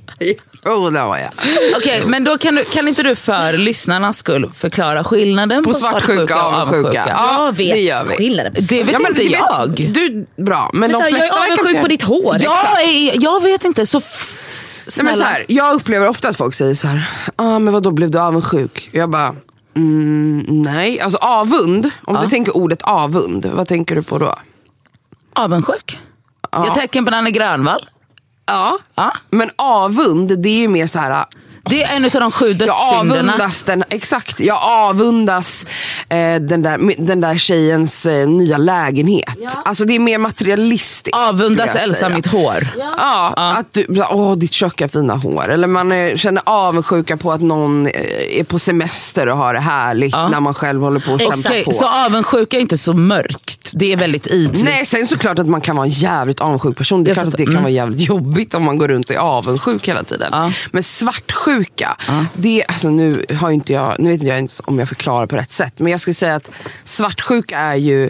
[SPEAKER 3] Okej, men då kan inte du för lyssnarnas skull förklara skillnaden på svartsjuka och avundsjuka?
[SPEAKER 2] Jag vet
[SPEAKER 4] det gör vi.
[SPEAKER 2] skillnaden.
[SPEAKER 3] Det vet inte jag.
[SPEAKER 4] Du, bra. Men de flesta
[SPEAKER 2] jag är avundsjuk på ditt hår.
[SPEAKER 3] Jag vet inte, så
[SPEAKER 4] nej, men så här, jag upplever ofta att folk säger så här, men vad då blev du avundsjuk? Jag bara, nej. Alltså avund, om du tänker ordet avund, vad tänker du på då?
[SPEAKER 3] Avundsjuk? Jag tänker på Nanne Grönvall.
[SPEAKER 4] Ja, men avund, det är ju mer så här.
[SPEAKER 3] Det är en av de 7 dödssynderna.
[SPEAKER 4] Jag avundas den där tjejens nya lägenhet. Alltså det är mer materialistiskt.
[SPEAKER 3] Avundas Elsa mitt hår.
[SPEAKER 4] Att du, ditt tjocka fina hår. Eller man känner avundsjuka på att någon är på semester och har det härligt när man själv håller på att kämpa på.
[SPEAKER 3] Så avundsjuka är inte så mörkt. Det är väldigt ytligt.
[SPEAKER 4] Nej, sen såklart att man kan vara en jävligt avundsjuk person. Det är klart att det kan vara jävligt jobbigt om man går runt och är avundsjuk hela tiden. Men svartsjuka, det, alltså nu vet inte jag ens om jag förklarar på rätt sätt, men jag skulle säga att svartsjuka är ju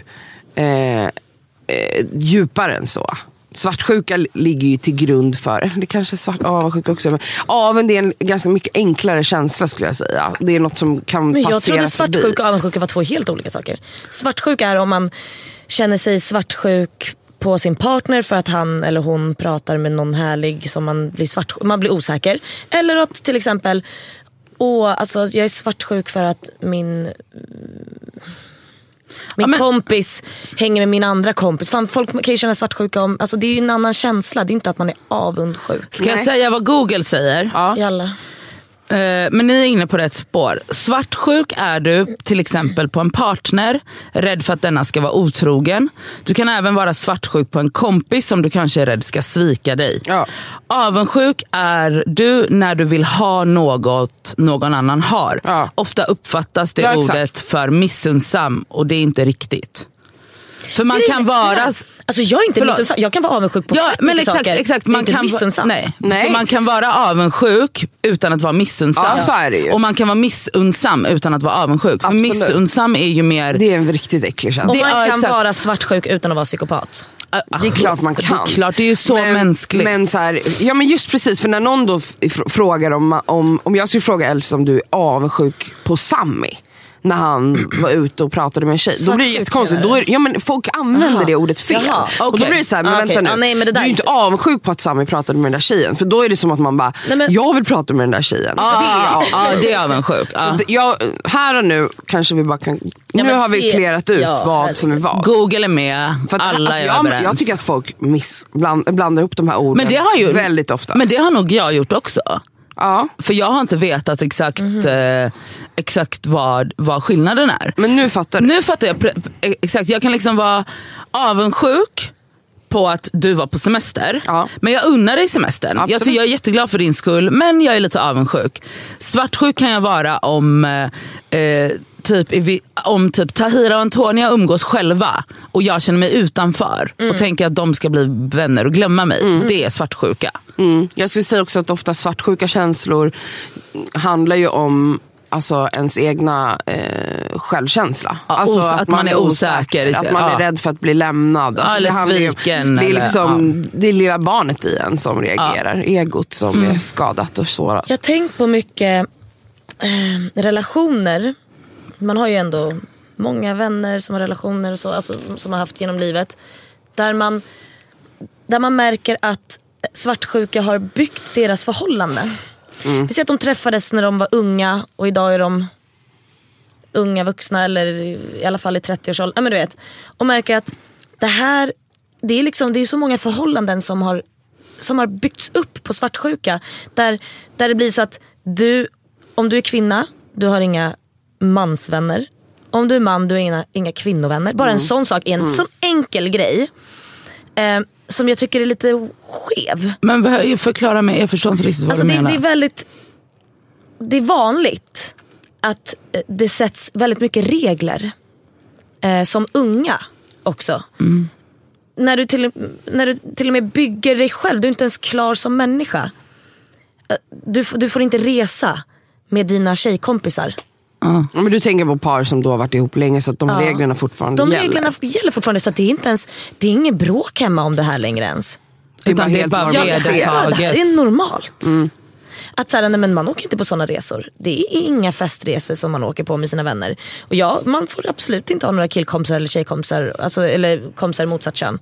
[SPEAKER 4] djupare än så. Svartsjuka ligger ju till grund för, det kanske är avundsjuka också, men avund är en ganska mycket enklare känsla skulle jag säga. Det är något som kan passera förbi.
[SPEAKER 2] Jag trodde svartsjuka och avundsjuka var 2 helt olika saker. Svartsjuka är om man känner sig svartsjuk på sin partner för att han eller hon pratar med någon härlig som man blir osäker. Eller att till exempel alltså jag är svartsjuk för att Min kompis hänger med min andra kompis. Fan, folk kan ju känna svartsjuka om... Alltså det är ju en annan känsla. Det är inte att man är avundsjuk.
[SPEAKER 3] Ska jag säga vad Google säger?
[SPEAKER 2] Ja. Jalla.
[SPEAKER 3] Men ni är inne på rätt spår. Svartsjuk är du till exempel på en partner, rädd för att denna ska vara otrogen. Du kan även vara svartsjuk på en kompis som du kanske är rädd ska svika dig.
[SPEAKER 4] Ja.
[SPEAKER 3] Avundsjuk är du när du vill ha något någon annan har.
[SPEAKER 4] Ja.
[SPEAKER 3] Ofta uppfattas det ordet för missunnsam och det är inte riktigt. För man kan vara...
[SPEAKER 2] Alltså jag är inte missunnsam. Jag kan vara avundsjuk på
[SPEAKER 3] exakt. Man kan missunnsam. Nej. Så man kan vara avundsjuk utan att vara missunnsam.
[SPEAKER 4] Ja, så är det ju.
[SPEAKER 3] Och man kan vara missunnsam utan att vara avundsjuk. För missunnsam är ju mer...
[SPEAKER 4] Det är en riktigt äcklig känsla.
[SPEAKER 2] Och man kan vara svartsjuk utan att vara psykopat.
[SPEAKER 4] Det är klart man kan.
[SPEAKER 3] Det är klart, det är ju så mänskligt.
[SPEAKER 4] Men så här, ja men just precis, för när någon då frågar om jag skulle fråga Elsa om du är avundsjuk på Sammy när han var ute och pratade med en tjej. Då blir det jättekonstigt. Men folk använder det ordet fel. Och då blir det så här, men vänta nu. Du är ju inte avundsjuk på att Sammy pratade med den där tjejen. För då är det som att man bara, jag vill prata med den där tjejen.
[SPEAKER 3] Det är avundsjuk.
[SPEAKER 4] Här och nu kanske vi bara kan... Nu har vi klerat ut vad som är vad.
[SPEAKER 3] Google är med. För att alla är överens.
[SPEAKER 4] Jag tycker att folk blandar ihop de här orden väldigt ofta.
[SPEAKER 3] Men det har nog jag gjort också.
[SPEAKER 4] Ja.
[SPEAKER 3] För jag har inte vetat exakt vad skillnaden är.
[SPEAKER 4] Men nu fattar du.
[SPEAKER 3] Nu fattar jag exakt. Jag kan liksom vara avundsjuk på att du var på semester. Ja. Men jag unnar dig semestern. Jag är jätteglad för din skull, men jag är lite avundsjuk. Svartsjuk kan jag vara om typ Tahira och Antonia umgås själva och jag känner mig utanför och tänker att de ska bli vänner och glömma mig. Det är svartsjuka.
[SPEAKER 4] Jag skulle säga också att ofta svartsjuka känslor handlar ju om ens egna självkänsla.
[SPEAKER 3] Att man är osäker.
[SPEAKER 4] Att man är rädd för att bli lämnad.
[SPEAKER 3] Eller sviken.
[SPEAKER 4] Det är lilla barnet i en som reagerar. Egot som är skadat och sårat.
[SPEAKER 2] Jag har tänkt på mycket relationer. Man har ju ändå många vänner som har relationer och så, alltså, som har haft genom livet. Där man märker att svartsjuka har byggt deras förhållande. Vi ser att de träffades när de var unga och idag är de unga vuxna eller i alla fall i 30-årsåldern. Men du vet, och märker att det är så många förhållanden som har byggts upp på svartsjuka. Där det blir så att om du är kvinna, du har inga mansvänner. Om du är man, du har inga kvinnovänner. Bara en sån sak är en sån enkel grej. Som jag tycker är lite skev.
[SPEAKER 3] Men förklara mig, jag förstår inte riktigt vad du menar.
[SPEAKER 2] Det är vanligt att det sätts väldigt mycket regler som unga också. När du till och med bygger dig själv, du är inte ens klar som människa. Du får inte resa med dina tjejkompisar.
[SPEAKER 4] Men du tänker på par som då har varit ihop länge så att de reglerna fortfarande gäller. De reglerna
[SPEAKER 2] gäller fortfarande så att det är ingen bråk hemma om det här längre ens.
[SPEAKER 3] Utan det är bara vedertaget.
[SPEAKER 2] Det är normalt. Att så här, men man åker inte på såna resor. Det är inga festresor som man åker på med sina vänner. Och man får absolut inte ha några killkompisar eller tjejkompisar, alltså, eller kompisar motsatt kön.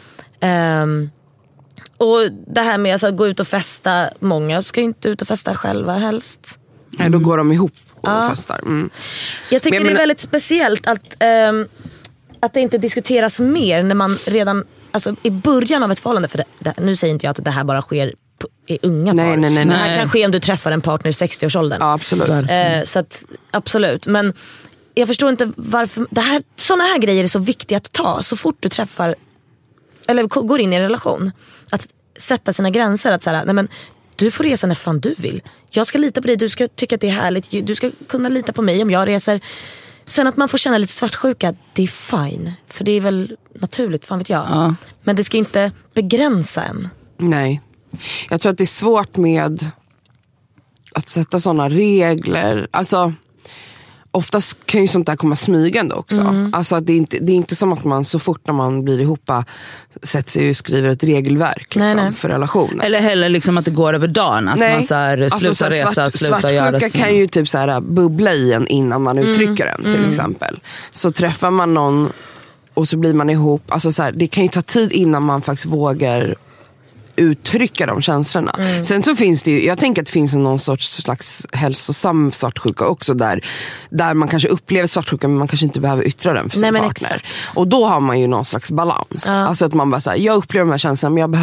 [SPEAKER 2] Och det här med att gå ut och festa, många ska ju inte ut och festa själva helst.
[SPEAKER 4] Nej, då går de ihop och festar.
[SPEAKER 2] Jag tycker det är väldigt speciellt att det inte diskuteras mer när man redan, alltså i början av ett förhållande, för nu säger inte jag att det här bara sker i unga par.
[SPEAKER 4] Nej.
[SPEAKER 2] Det här kan ske om du träffar en partner i 60-årsåldern.
[SPEAKER 4] Ja, absolut.
[SPEAKER 2] Så att, absolut. Men jag förstår inte varför såna här grejer är så viktiga att ta så fort du träffar eller går in i en relation. Att sätta sina gränser, att säga, nej men du får resa när fan du vill. Jag ska lita på dig, du ska tycka att det är härligt. Du ska kunna lita på mig om jag reser. Sen att man får känna lite svartsjuka, det är fine. För det är väl naturligt, fan vet jag. Men det ska inte begränsa en.
[SPEAKER 4] Nej. Jag tror att det är svårt med att sätta sådana regler. Alltså, oftast kan ju sånt där komma smygande också. Alltså att det är inte som att man så fort när man blir ihop sätter sig och skriver ett regelverk liksom, för relationen.
[SPEAKER 3] Eller heller liksom att det går över dagen. Att man så här, slutar resa, slutar göra det.
[SPEAKER 4] Svartsjuka kan ju typ så här bubbla i en innan man uttrycker den till exempel. Så träffar man någon och så blir man ihop. Alltså så här, det kan ju ta tid innan man faktiskt vågar uttrycka de känslorna. Sen så finns det ju, jag tänker att det finns någon slags hälsosam svartsjuka också där man kanske upplever svartsjuka men man kanske inte behöver yttra den för sin partner. Exakt. Och då har man ju någon slags balans. Alltså att man bara säger, jag upplever de här känslorna men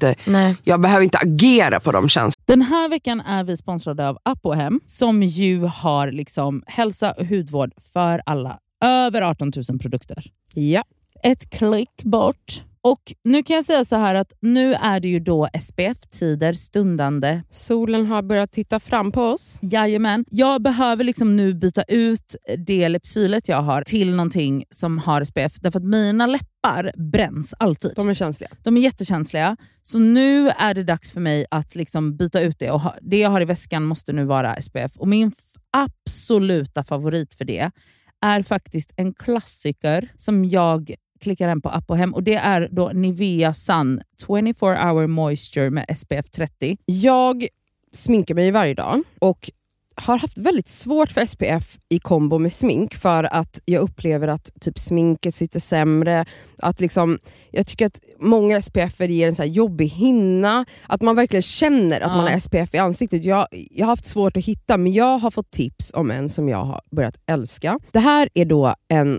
[SPEAKER 4] jag behöver inte agera på de känslorna.
[SPEAKER 3] Den här veckan är vi sponsrade av Apohem som ju har liksom hälsa och hudvård för alla. Över 18 000 produkter.
[SPEAKER 5] Ja.
[SPEAKER 3] Ett klick bort. Och nu kan jag säga så här att nu är det ju då SPF-tider stundande.
[SPEAKER 5] Solen har börjat titta fram på oss.
[SPEAKER 3] Jajamän. Jag behöver liksom nu byta ut det läppsylet jag har till någonting som har SPF. Därför att mina läppar bränns alltid.
[SPEAKER 5] De är känsliga.
[SPEAKER 3] De är jättekänsliga. Så nu är det dags för mig att liksom byta ut det. Och det jag har i väskan måste nu vara SPF. Och min absoluta favorit för det är faktiskt en klassiker som jag klickar hem på Apohem. Och det är då Nivea Sun 24 Hour Moisture med SPF 30.
[SPEAKER 5] Jag sminkar mig varje dag och har haft väldigt svårt för SPF i kombo med smink för att jag upplever att typ sminket sitter sämre. Att liksom, jag tycker att många SPF ger en så här jobbig hinna. Att man verkligen känner att man har SPF i ansiktet. Jag har haft svårt att hitta, men jag har fått tips om en som jag har börjat älska. Det här är då en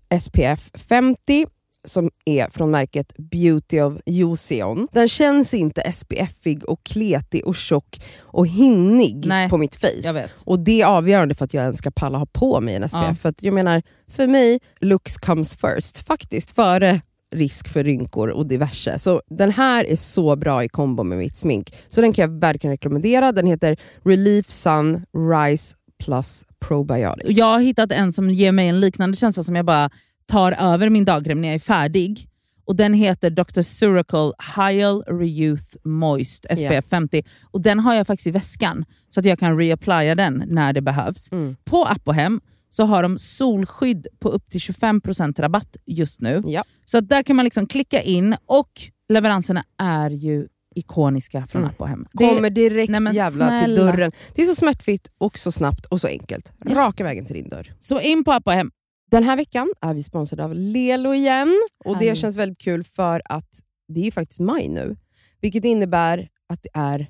[SPEAKER 5] SPF 50 som är från märket Beauty of Joseon. Den känns inte SPF-ig och kletig och tjock och hinnig på mitt face.
[SPEAKER 3] Jag vet.
[SPEAKER 5] Och det är avgörande för att jag ens ska palla ha på mig en SPF. För att jag menar, för mig, looks comes first. Faktiskt, före risk för rynkor och diverse. Så den här är så bra i kombo med mitt smink. Så den kan jag verkligen rekommendera. Den heter Relief Sun Rise Plus Probiotics.
[SPEAKER 3] Jag har hittat en som ger mig en liknande känsla som jag bara tar över min dagkräm när jag är färdig. Och den heter Dr. Suracle Hyal Reyouth Moist SPF 50. Och den har jag faktiskt i väskan så att jag kan reapplya den när det behövs. På Apohem så har de solskydd på upp till 25% rabatt just nu. Ja. Så att där kan man liksom klicka in och leveranserna är ju ikoniska från Apohem.
[SPEAKER 5] Kommer direkt jävla till dörren. Det är så smärtfritt och så snabbt och så enkelt. Raka vägen till din dörr.
[SPEAKER 3] Så in på Apohem.
[SPEAKER 5] Den här veckan är vi sponsrade av Lelo igen. Och det känns väldigt kul för att det är ju faktiskt maj nu. Vilket innebär att det är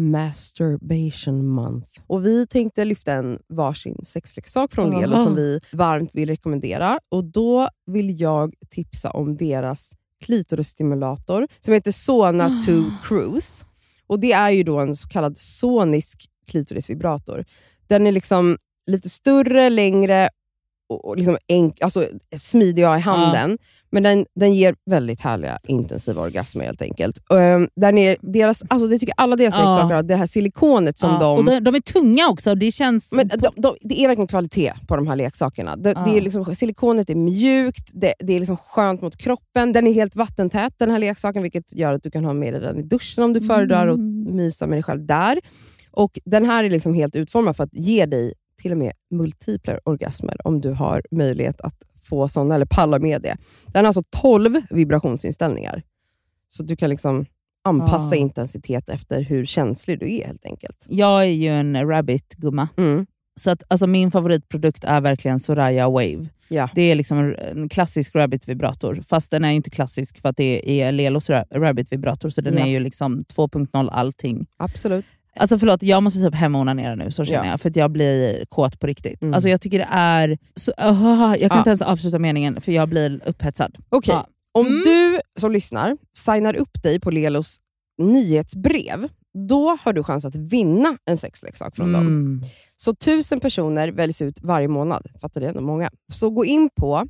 [SPEAKER 5] Masturbation Month. Och vi tänkte lyfta en varsin sexleksak från Lelo som vi varmt vill rekommendera. Och då vill jag tipsa om deras klitorisstimulator som heter Sona 2 Cruise. Och det är ju då en så kallad sonisk klitorisvibrator. Den är liksom lite större, längre och liksom alltså smidig i handen. Men den ger väldigt härliga intensiva orgasmer helt enkelt. Den är deras, alltså det tycker alla deras leksaker har, det här silikonet som
[SPEAKER 3] och de är tunga också. Det känns
[SPEAKER 5] men det är verkligen kvalitet på de här leksakerna. Det är liksom, silikonet är mjukt, det är liksom skönt mot kroppen. Den är helt vattentät den här leksaken, vilket gör att du kan ha med den i duschen om du föredrar och mysa med dig själv där. Och den här är liksom helt utformad för att ge dig till och med multipla orgasmer om du har möjlighet att få sådana eller palla med det. Den har alltså 12 vibrationsinställningar. Så du kan liksom anpassa intensitet efter hur känslig du är helt enkelt.
[SPEAKER 3] Jag är ju en rabbit-gumma. Så att, alltså, min favoritprodukt är verkligen Soraya Wave. Ja. Det är liksom en klassisk rabbit-vibrator. Fast den är inte klassisk för att det är Lelos rabbit-vibrator. Så den är ju liksom 2.0 allting.
[SPEAKER 5] Absolut.
[SPEAKER 3] Alltså förlåt, jag måste typ hemonanera nu, så känner jag. För att jag blir kåt på riktigt. Alltså jag tycker det är så, jag kan inte ens avsluta meningen för jag blir upphetsad.
[SPEAKER 5] Okej. Om du som lyssnar signar upp dig på Lelos nyhetsbrev, då har du chans att vinna en sexleksak från dem. Så 1000 personer väljs ut varje månad. Fattar det? Många. Så gå in på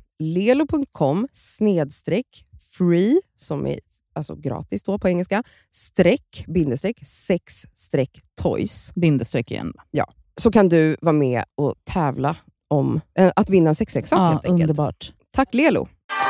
[SPEAKER 5] lelo.com/free som är alltså gratis då på engelska, _sex-toys.
[SPEAKER 3] Bindestreck igen.
[SPEAKER 5] Ja, så kan du vara med och tävla om att vinna en sexleksak helt enkelt.
[SPEAKER 3] Underbart.
[SPEAKER 5] Tack Lelo.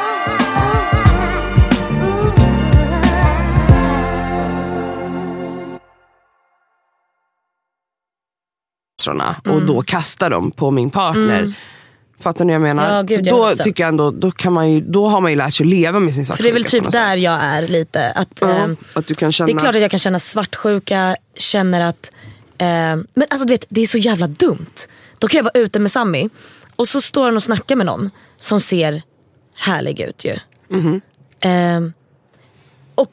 [SPEAKER 4] Och då kastar de på min partner. Fattar ni vad jag menar?
[SPEAKER 2] Ja, gud,
[SPEAKER 4] då tycker jag ändå, då har man ju lärt sig leva med sin svartsjuka.
[SPEAKER 2] För det är väl typ där jag är lite. Att
[SPEAKER 4] du kan känna...
[SPEAKER 2] Det är klart att jag kan känna svartsjuka, känner att... men alltså du vet, det är så jävla dumt. Då kan jag vara ute med Sammy och så står han och snackar med någon som ser härlig ut ju. Och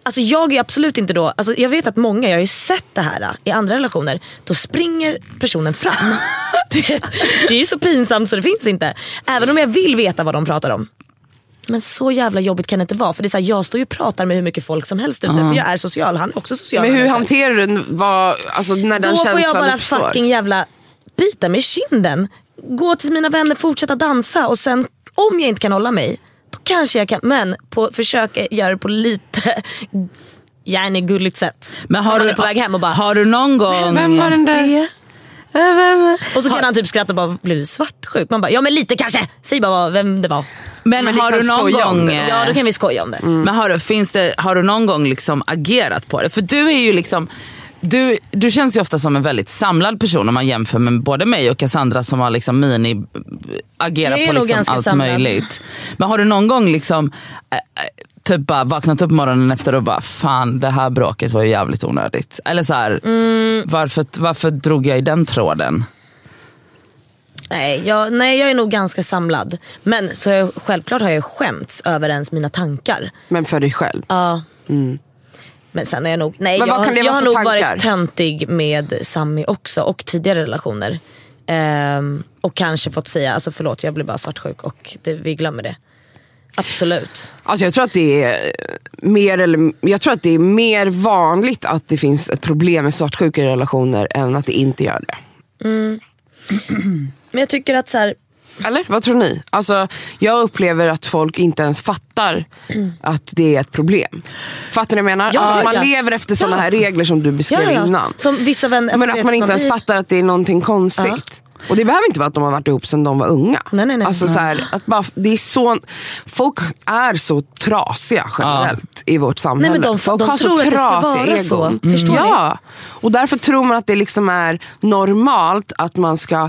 [SPEAKER 2] Alltså jag är absolut inte då, alltså jag vet att många, jag har ju sett det här i andra relationer, då springer personen fram. Du vet, det är ju så pinsamt så det finns inte. Även om jag vill veta vad de pratar om. Men så jävla jobbigt kan det inte vara. För det är så här, jag står ju och pratar med hur mycket folk som helst ute. För jag är social, han är också social.
[SPEAKER 4] Men hur hanterar du alltså, när den känslan
[SPEAKER 2] då får jag bara
[SPEAKER 4] uppstår?
[SPEAKER 2] fucking jävla bita med kinden. Gå till mina vänner, fortsätta dansa. Och sen om jag inte kan hålla mig, då kanske jag kan. Men försöka göra det på lite gärna gulligt sätt.
[SPEAKER 3] Men har
[SPEAKER 2] man
[SPEAKER 3] du,
[SPEAKER 2] är på väg hem och bara,
[SPEAKER 3] har du någon gång...
[SPEAKER 4] Vem var den där?
[SPEAKER 2] Och så kan han typ skratta och bara, blir du svartsjuk? Man bara, ja men lite kanske. Säg bara vem det var.
[SPEAKER 3] Men har du någon gång...
[SPEAKER 2] Ja, då kan vi skoja om det.
[SPEAKER 3] Men har du någon gång liksom agerat på det? För du är ju liksom... Du känns ju ofta som en väldigt samlad person om man jämför med både mig och Cassandra som har liksom agerat på liksom allt samlad. Möjligt. Men har du någon gång liksom typ bara vaknat upp morgonen efter och bara fan, det här bråket var ju jävligt onödigt. Eller så här, varför drog jag i den tråden?
[SPEAKER 2] Nej, jag är nog ganska samlad. Men så självklart har jag skämts över ens mina tankar.
[SPEAKER 4] Men för dig själv?
[SPEAKER 2] Ja. Men sen är jag nog... Nej,
[SPEAKER 4] men
[SPEAKER 2] jag har nog
[SPEAKER 4] tankar?
[SPEAKER 2] varit töntig med Sammy också. Och tidigare relationer. Och kanske fått säga, alltså förlåt, jag blev bara svartsjuk. Och vi glömmer det. Absolut.
[SPEAKER 4] Alltså jag tror att det är mer vanligt att det finns ett problem med svartsjuka i relationer än att det inte gör det.
[SPEAKER 2] Men jag tycker att så här...
[SPEAKER 4] Eller? Vad tror ni? Alltså, jag upplever att folk inte ens fattar att det är ett problem. Fattar ni vad jag menar?
[SPEAKER 2] Ja,
[SPEAKER 4] alltså, man lever efter sådana här regler som du beskrev innan.
[SPEAKER 2] Som vissa vänner,
[SPEAKER 4] men att man inte ens fattar att det är någonting konstigt. Och det behöver inte vara att de har varit ihop sedan de var unga.
[SPEAKER 2] Nej.
[SPEAKER 4] Alltså så här, att bara, det är så, folk är så trasiga generellt i vårt samhälle.
[SPEAKER 2] Nej, men
[SPEAKER 4] folk
[SPEAKER 2] de
[SPEAKER 4] har
[SPEAKER 2] tror
[SPEAKER 4] så
[SPEAKER 2] att det ska
[SPEAKER 4] trasiga
[SPEAKER 2] vara så.
[SPEAKER 4] egon.
[SPEAKER 2] Förstår ni?
[SPEAKER 4] Ja, och därför tror man att det liksom är normalt att man ska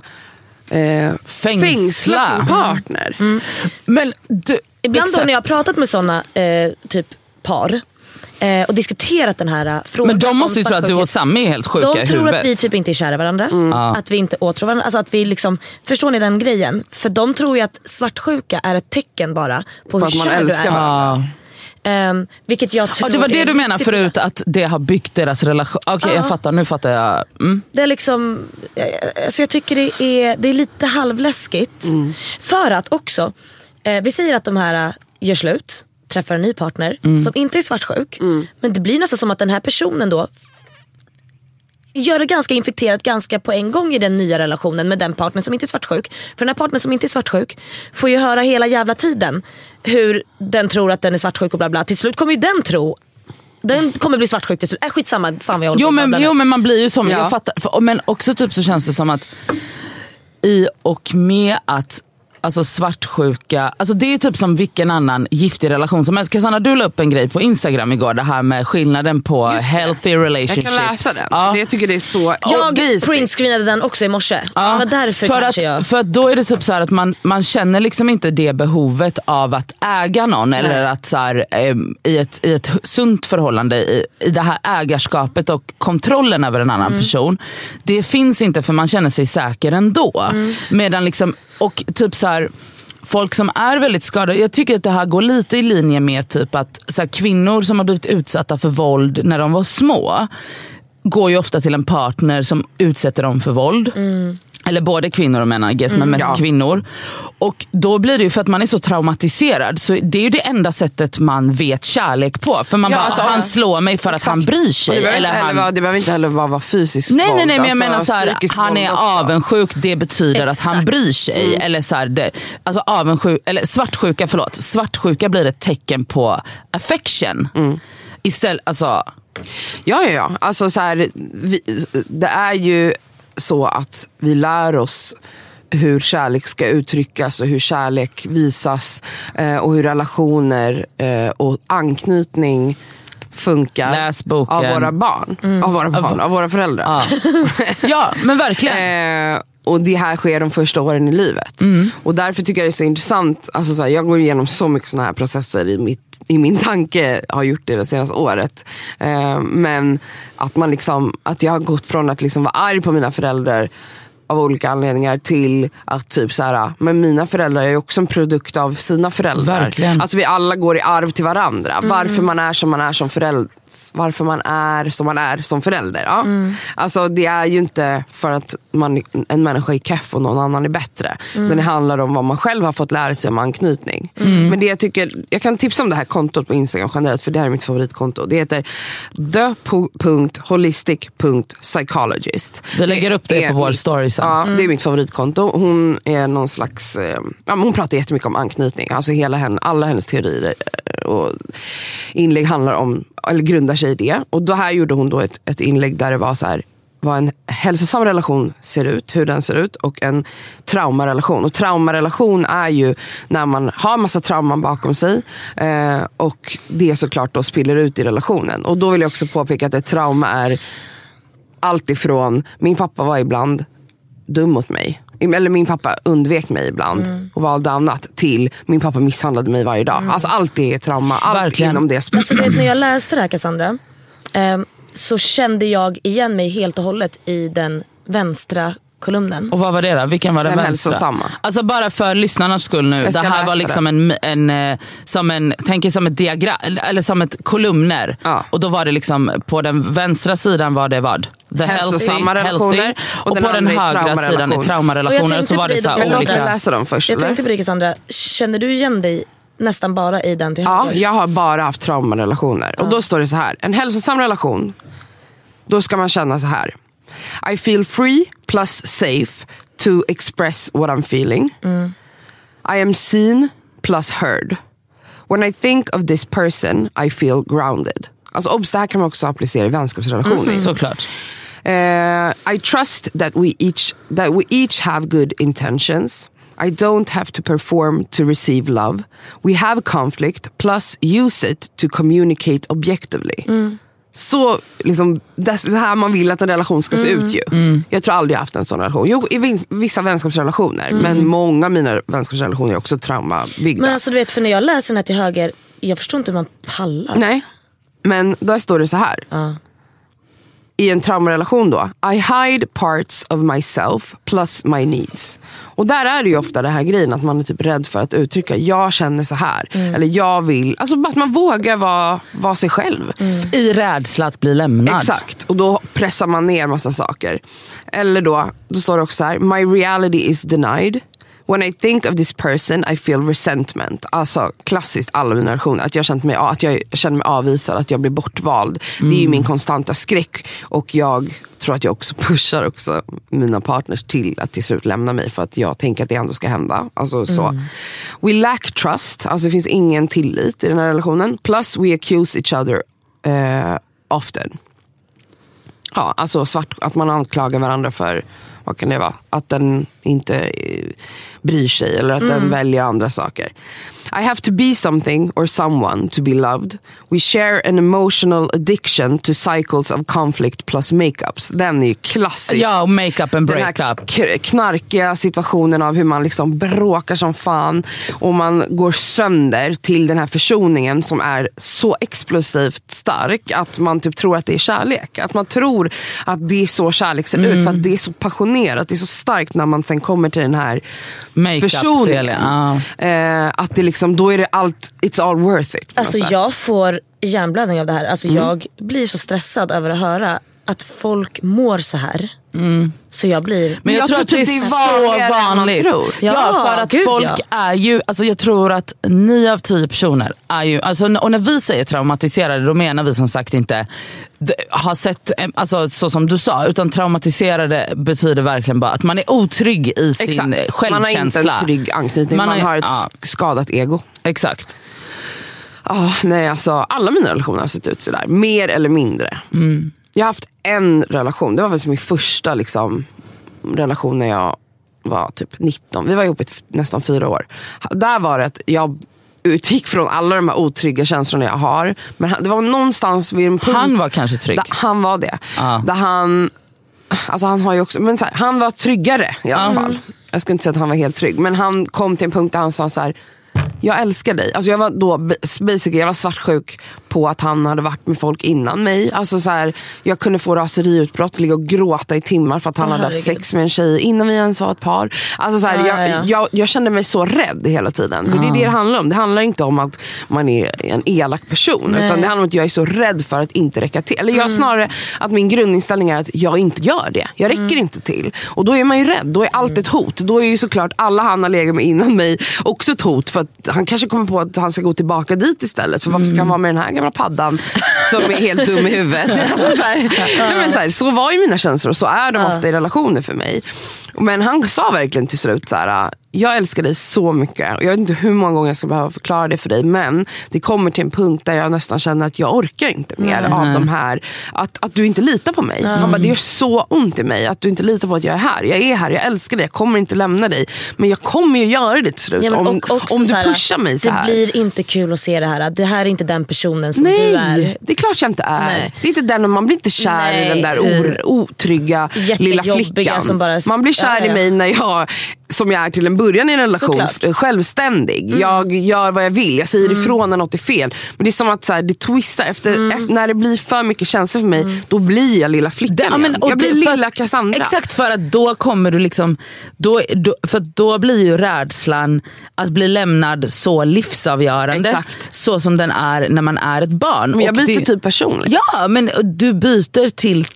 [SPEAKER 4] fängsla sin partner.
[SPEAKER 3] Men
[SPEAKER 2] ibland då när jag har pratat med såna typ par och diskuterat den här frågan.
[SPEAKER 3] Men de måste ju tro att du och Sammy är helt sjuka i huvudet.
[SPEAKER 2] De tror att vi typ inte är kära varandra. Att vi inte åtrår varandra. Alltså att vi liksom, förstår ni den grejen? För de tror ju att svartsjuka är ett tecken bara på hur kär du är. Vilket jag tror
[SPEAKER 3] det var det du menar förut, att det har byggt deras relation. Okej, jag fattar, nu fattar jag.
[SPEAKER 2] Det är liksom, alltså jag tycker det är lite halvläskigt. För att också, vi säger att de här gör slut, träffar en ny partner som inte är svartsjuk. Men det blir nästan som att den här personen då gör det ganska infekterat ganska på en gång i den nya relationen med den partner som inte är svartsjuk. För den här partnern som inte är svartsjuk får ju höra hela jävla tiden hur den tror att den är svartsjuk och bla bla. Till slut kommer ju den tro, den kommer bli svartsjuk till slut. Skitsamma, fan vad jag håller på.
[SPEAKER 3] Jo men man blir ju som, jag fattar. Men också typ så känns det som att i och med att alltså svartsjuka, alltså det är typ som vilken annan giftig relation som helst. Cassandra, du la upp en grej på Instagram igår, det här med skillnaden på healthy relationships.
[SPEAKER 4] Jag kan läsa den, jag tycker det är så
[SPEAKER 2] jag printscreenade den också i morse. Det var därför
[SPEAKER 3] för att då är det typ så här att man känner liksom inte det behovet av att äga någon. Nej. Eller att så här, i ett sunt förhållande i det här ägarskapet och kontrollen över en annan person. Det finns inte, för man känner sig säker ändå. Medan liksom, och typ så här, folk som är väldigt skadade, jag tycker att det här går lite i linje med typ att så här, kvinnor som har blivit utsatta för våld när de var små går ju ofta till en partner som utsätter dem för våld. Eller både kvinnor och män, men mest kvinnor. Och då blir det ju, för att man är så traumatiserad, så det är ju det enda sättet man vet kärlek på. För man bara, alltså, han slår mig för att han bryr sig.
[SPEAKER 4] Det behöver inte heller vara fysiskt
[SPEAKER 3] våld. Nej, men
[SPEAKER 4] alltså,
[SPEAKER 3] jag menar så här, han är avundsjuk, det betyder att han bryr sig. Eller så här, alltså avundsjuk, eller svartsjuka blir ett tecken på affection. Istället, alltså...
[SPEAKER 4] Ja. Alltså så här, det är ju så att vi lär oss hur kärlek ska uttryckas och hur kärlek visas och hur relationer och anknytning funkar.
[SPEAKER 3] Läs boken.
[SPEAKER 4] Av våra barn. Av våra föräldrar.
[SPEAKER 3] Ja, men verkligen.
[SPEAKER 4] Och det här sker de första åren i livet. Och därför tycker jag det är så intressant. Alltså så här, jag går igenom så mycket såna här processer i min tanke, har gjort det senaste året. Men att man liksom, att jag har gått från att liksom vara arg på mina föräldrar av olika anledningar till att typ så här, men mina föräldrar är ju också en produkt av sina föräldrar.
[SPEAKER 3] Verkligen.
[SPEAKER 4] Alltså vi alla går i arv till varandra. Varför man är som man är som förälder. Varför man är som förälder. Ja. Alltså det är ju inte för att en människa är keff och någon annan är bättre. Det handlar om vad man själv har fått lära sig om anknytning. Men det jag kan tipsa om det här kontot på Instagram generellt, för det här är mitt favoritkonto. Det heter the.holistic.psychologist.
[SPEAKER 3] Vi lägger upp det på vår story sen.
[SPEAKER 4] Ja, det är mitt favoritkonto. Hon är någon slags hon pratar jättemycket om anknytning. Alltså alla hennes teorier och inlägg handlar om, eller grundar sig i det. Och då här gjorde hon då ett inlägg där det var så här, vad en hälsosam relation ser ut, hur den ser ut, och en traumarelation. Och traumarelation är ju när man har massa trauman bakom sig och det såklart då spiller ut i relationen. Och då vill jag också påpeka att ett trauma är allt ifrån, min pappa var ibland dum mot mig, eller min pappa undvek mig ibland och valde annat, till min pappa misshandlade mig varje dag. Alltså allt det är trauma, allt
[SPEAKER 3] verkligen.
[SPEAKER 4] Inom det
[SPEAKER 2] alltså, när jag läste det här, Cassandra, så kände jag igen mig helt och hållet i den vänstra kolumnen.
[SPEAKER 3] Och vad var det då? Vilken var den vänstra?
[SPEAKER 4] Hälsosamma.
[SPEAKER 3] Alltså bara för lyssnarnas skull nu. Det här var liksom tänk som ett diagram, eller som ett kolumner. Ja. Och då var det liksom, på den vänstra sidan var det vad? The healthy, och på den högra sidan är traumarelationer. Så var det så här olika.
[SPEAKER 4] Läsa dem först.
[SPEAKER 2] Jag tänkte på det, Cassandra. Känner du igen dig nästan bara i den till höger?
[SPEAKER 4] Ja, jag har bara haft traumarelationer. Och då står det så här: en hälsosam relation, då ska man känna så här: I feel free plus safe to express what I'm feeling. I am seen plus heard. When I think of this person, I feel grounded. Alltså det här kan man också applicera i vänskapsrelationer.
[SPEAKER 3] Såklart.
[SPEAKER 4] I trust that we each have good intentions. I don't have to perform to receive love. We have conflict plus use it to communicate objectively. Så liksom, det är så här man vill att en relation ska se ut ju. Jag tror aldrig jag haft en sån relation. Jo, i vissa vänskapsrelationer. Men många av mina vänskapsrelationer är också traumabyggda.
[SPEAKER 2] Men alltså du vet, för när jag läser den här till höger, jag förstår inte hur man pallar.
[SPEAKER 4] Nej, men där står det så här. I en traumarelation då: I hide parts of myself plus my needs. Och där är det ju ofta det här grejen att man är typ rädd för att uttrycka, jag känner så här, eller jag vill, alltså att man vågar vara sig själv.
[SPEAKER 3] I rädsla att bli lämnad.
[SPEAKER 4] Exakt, och då pressar man ner massa saker. Eller då står det också här: my reality is denied. When I think of this person, I feel resentment. Alltså klassiskt alla mina relationer. Att jag känner mig avvisad, att jag blir bortvald. Det är ju min konstanta skräck. Och jag tror att jag också pushar också mina partners till att till slut lämna mig. För att jag tänker att det ändå ska hända. Alltså så. We lack trust. Alltså det finns ingen tillit i den här relationen. Plus we accuse each other often. Ja, alltså att man anklagar varandra för, vad kan det vara? Att den inte bryr sig, eller att den väljer andra saker. I have to be something or someone to be loved. We share an emotional addiction to cycles of conflict plus makeups. Den är ju klassisk.
[SPEAKER 3] Ja, makeup and breakup.
[SPEAKER 4] Den här knarkiga situationen av hur man liksom bråkar som fan och man går sönder till den här försoningen som är så explosivt stark att man typ tror att det är kärlek. Att man tror att det är så kärlek ser ut, för att det är så passionerat, det är så starkt när man sen kommer till den här försoningen. Att det liksom, då är det allt, it's all worth it.
[SPEAKER 2] Alltså jag får hjärnblödning av det här. Alltså jag blir så stressad över att höra att folk mår så här. Så jag blir...
[SPEAKER 3] Men jag tror att det är så vanligt. Ja, för att folk är ju... Alltså jag tror att 9 av 10 personer är ju... Alltså, och när vi säger traumatiserade, då menar vi som sagt inte har sett, alltså, så som du sa, utan traumatiserade betyder verkligen bara att man är otrygg i sin självkänsla. Man har inte en
[SPEAKER 4] trygg anknytning, man har ett skadat ego.
[SPEAKER 3] Exakt.
[SPEAKER 4] Nej, alltså alla mina relationer har sett ut sådär, mer eller mindre. Jag har haft en relation, det var väl min första liksom, relation när jag var typ 19. Vi var ihop i nästan 4 år. Där var det att jag utgick från alla de här otrygga känslorna jag har. Men det var någonstans vid en punkt...
[SPEAKER 3] Han var kanske trygg.
[SPEAKER 4] Han var det. Där han... Alltså han har ju också... Men så här, han var tryggare i alla fall. Jag skulle inte säga att han var helt trygg. Men han kom till en punkt där han sa så här: jag älskar dig. Alltså jag var då basically, jag var svartsjuk på att han hade varit med folk innan mig. Alltså så här, jag kunde få raseriutbrott, ligga och gråta i timmar för att han hade haft sex med en tjej innan vi ens var ett par. Alltså så här, jag kände mig så rädd hela tiden. För det är det handlar om. Det handlar inte om att man är en elak person. Utan det handlar om att jag är så rädd för att inte räcka till. Eller jag snarare att min grundinställning är att jag inte gör det. Jag räcker inte till. Och då är man ju rädd. Då är allt ett hot. Då är ju såklart alla han har legat med innan mig också ett hot. För att han kanske kommer på att han ska gå tillbaka dit istället. För varför ska han vara med den här gamla paddan som är helt dum i huvudet? Alltså så var ju mina känslor. Så är de ofta i relationer för mig. Men han sa verkligen till slut så här: jag älskar dig så mycket. Och jag vet inte hur många gånger jag ska behöva förklara det för dig. Men det kommer till en punkt där jag nästan känner att jag orkar inte mer av de här. Att du inte litar på mig. Han bara, det gör så ont i mig att du inte litar på att jag är här. Jag är här, jag älskar dig, jag kommer inte lämna dig. Men jag kommer ju göra det till slut. Ja, om du pushar mig så här.
[SPEAKER 2] Det blir inte kul att se det här. Det här är inte den personen som
[SPEAKER 4] Nej,
[SPEAKER 2] du är.
[SPEAKER 4] det är klart jag inte är. Nej. Det är inte den, man blir inte kär i den där otrygga lilla flickan. Man blir kär i mig när jag, som jag är till en början i en relation, självständig. Jag gör vad jag vill. Jag säger ifrån när något är fel. Men det är som att så här, det twistar efter när det blir för mycket känslor för mig, då blir jag lilla flickan igen. Jag blir lilla Cassandra.
[SPEAKER 3] Exakt, för att då kommer du liksom för då blir ju rädslan att bli lämnad så livsavgörande. Exakt. Så som den är när man är ett barn.
[SPEAKER 4] Men jag byter typ person.
[SPEAKER 3] Ja, men du byter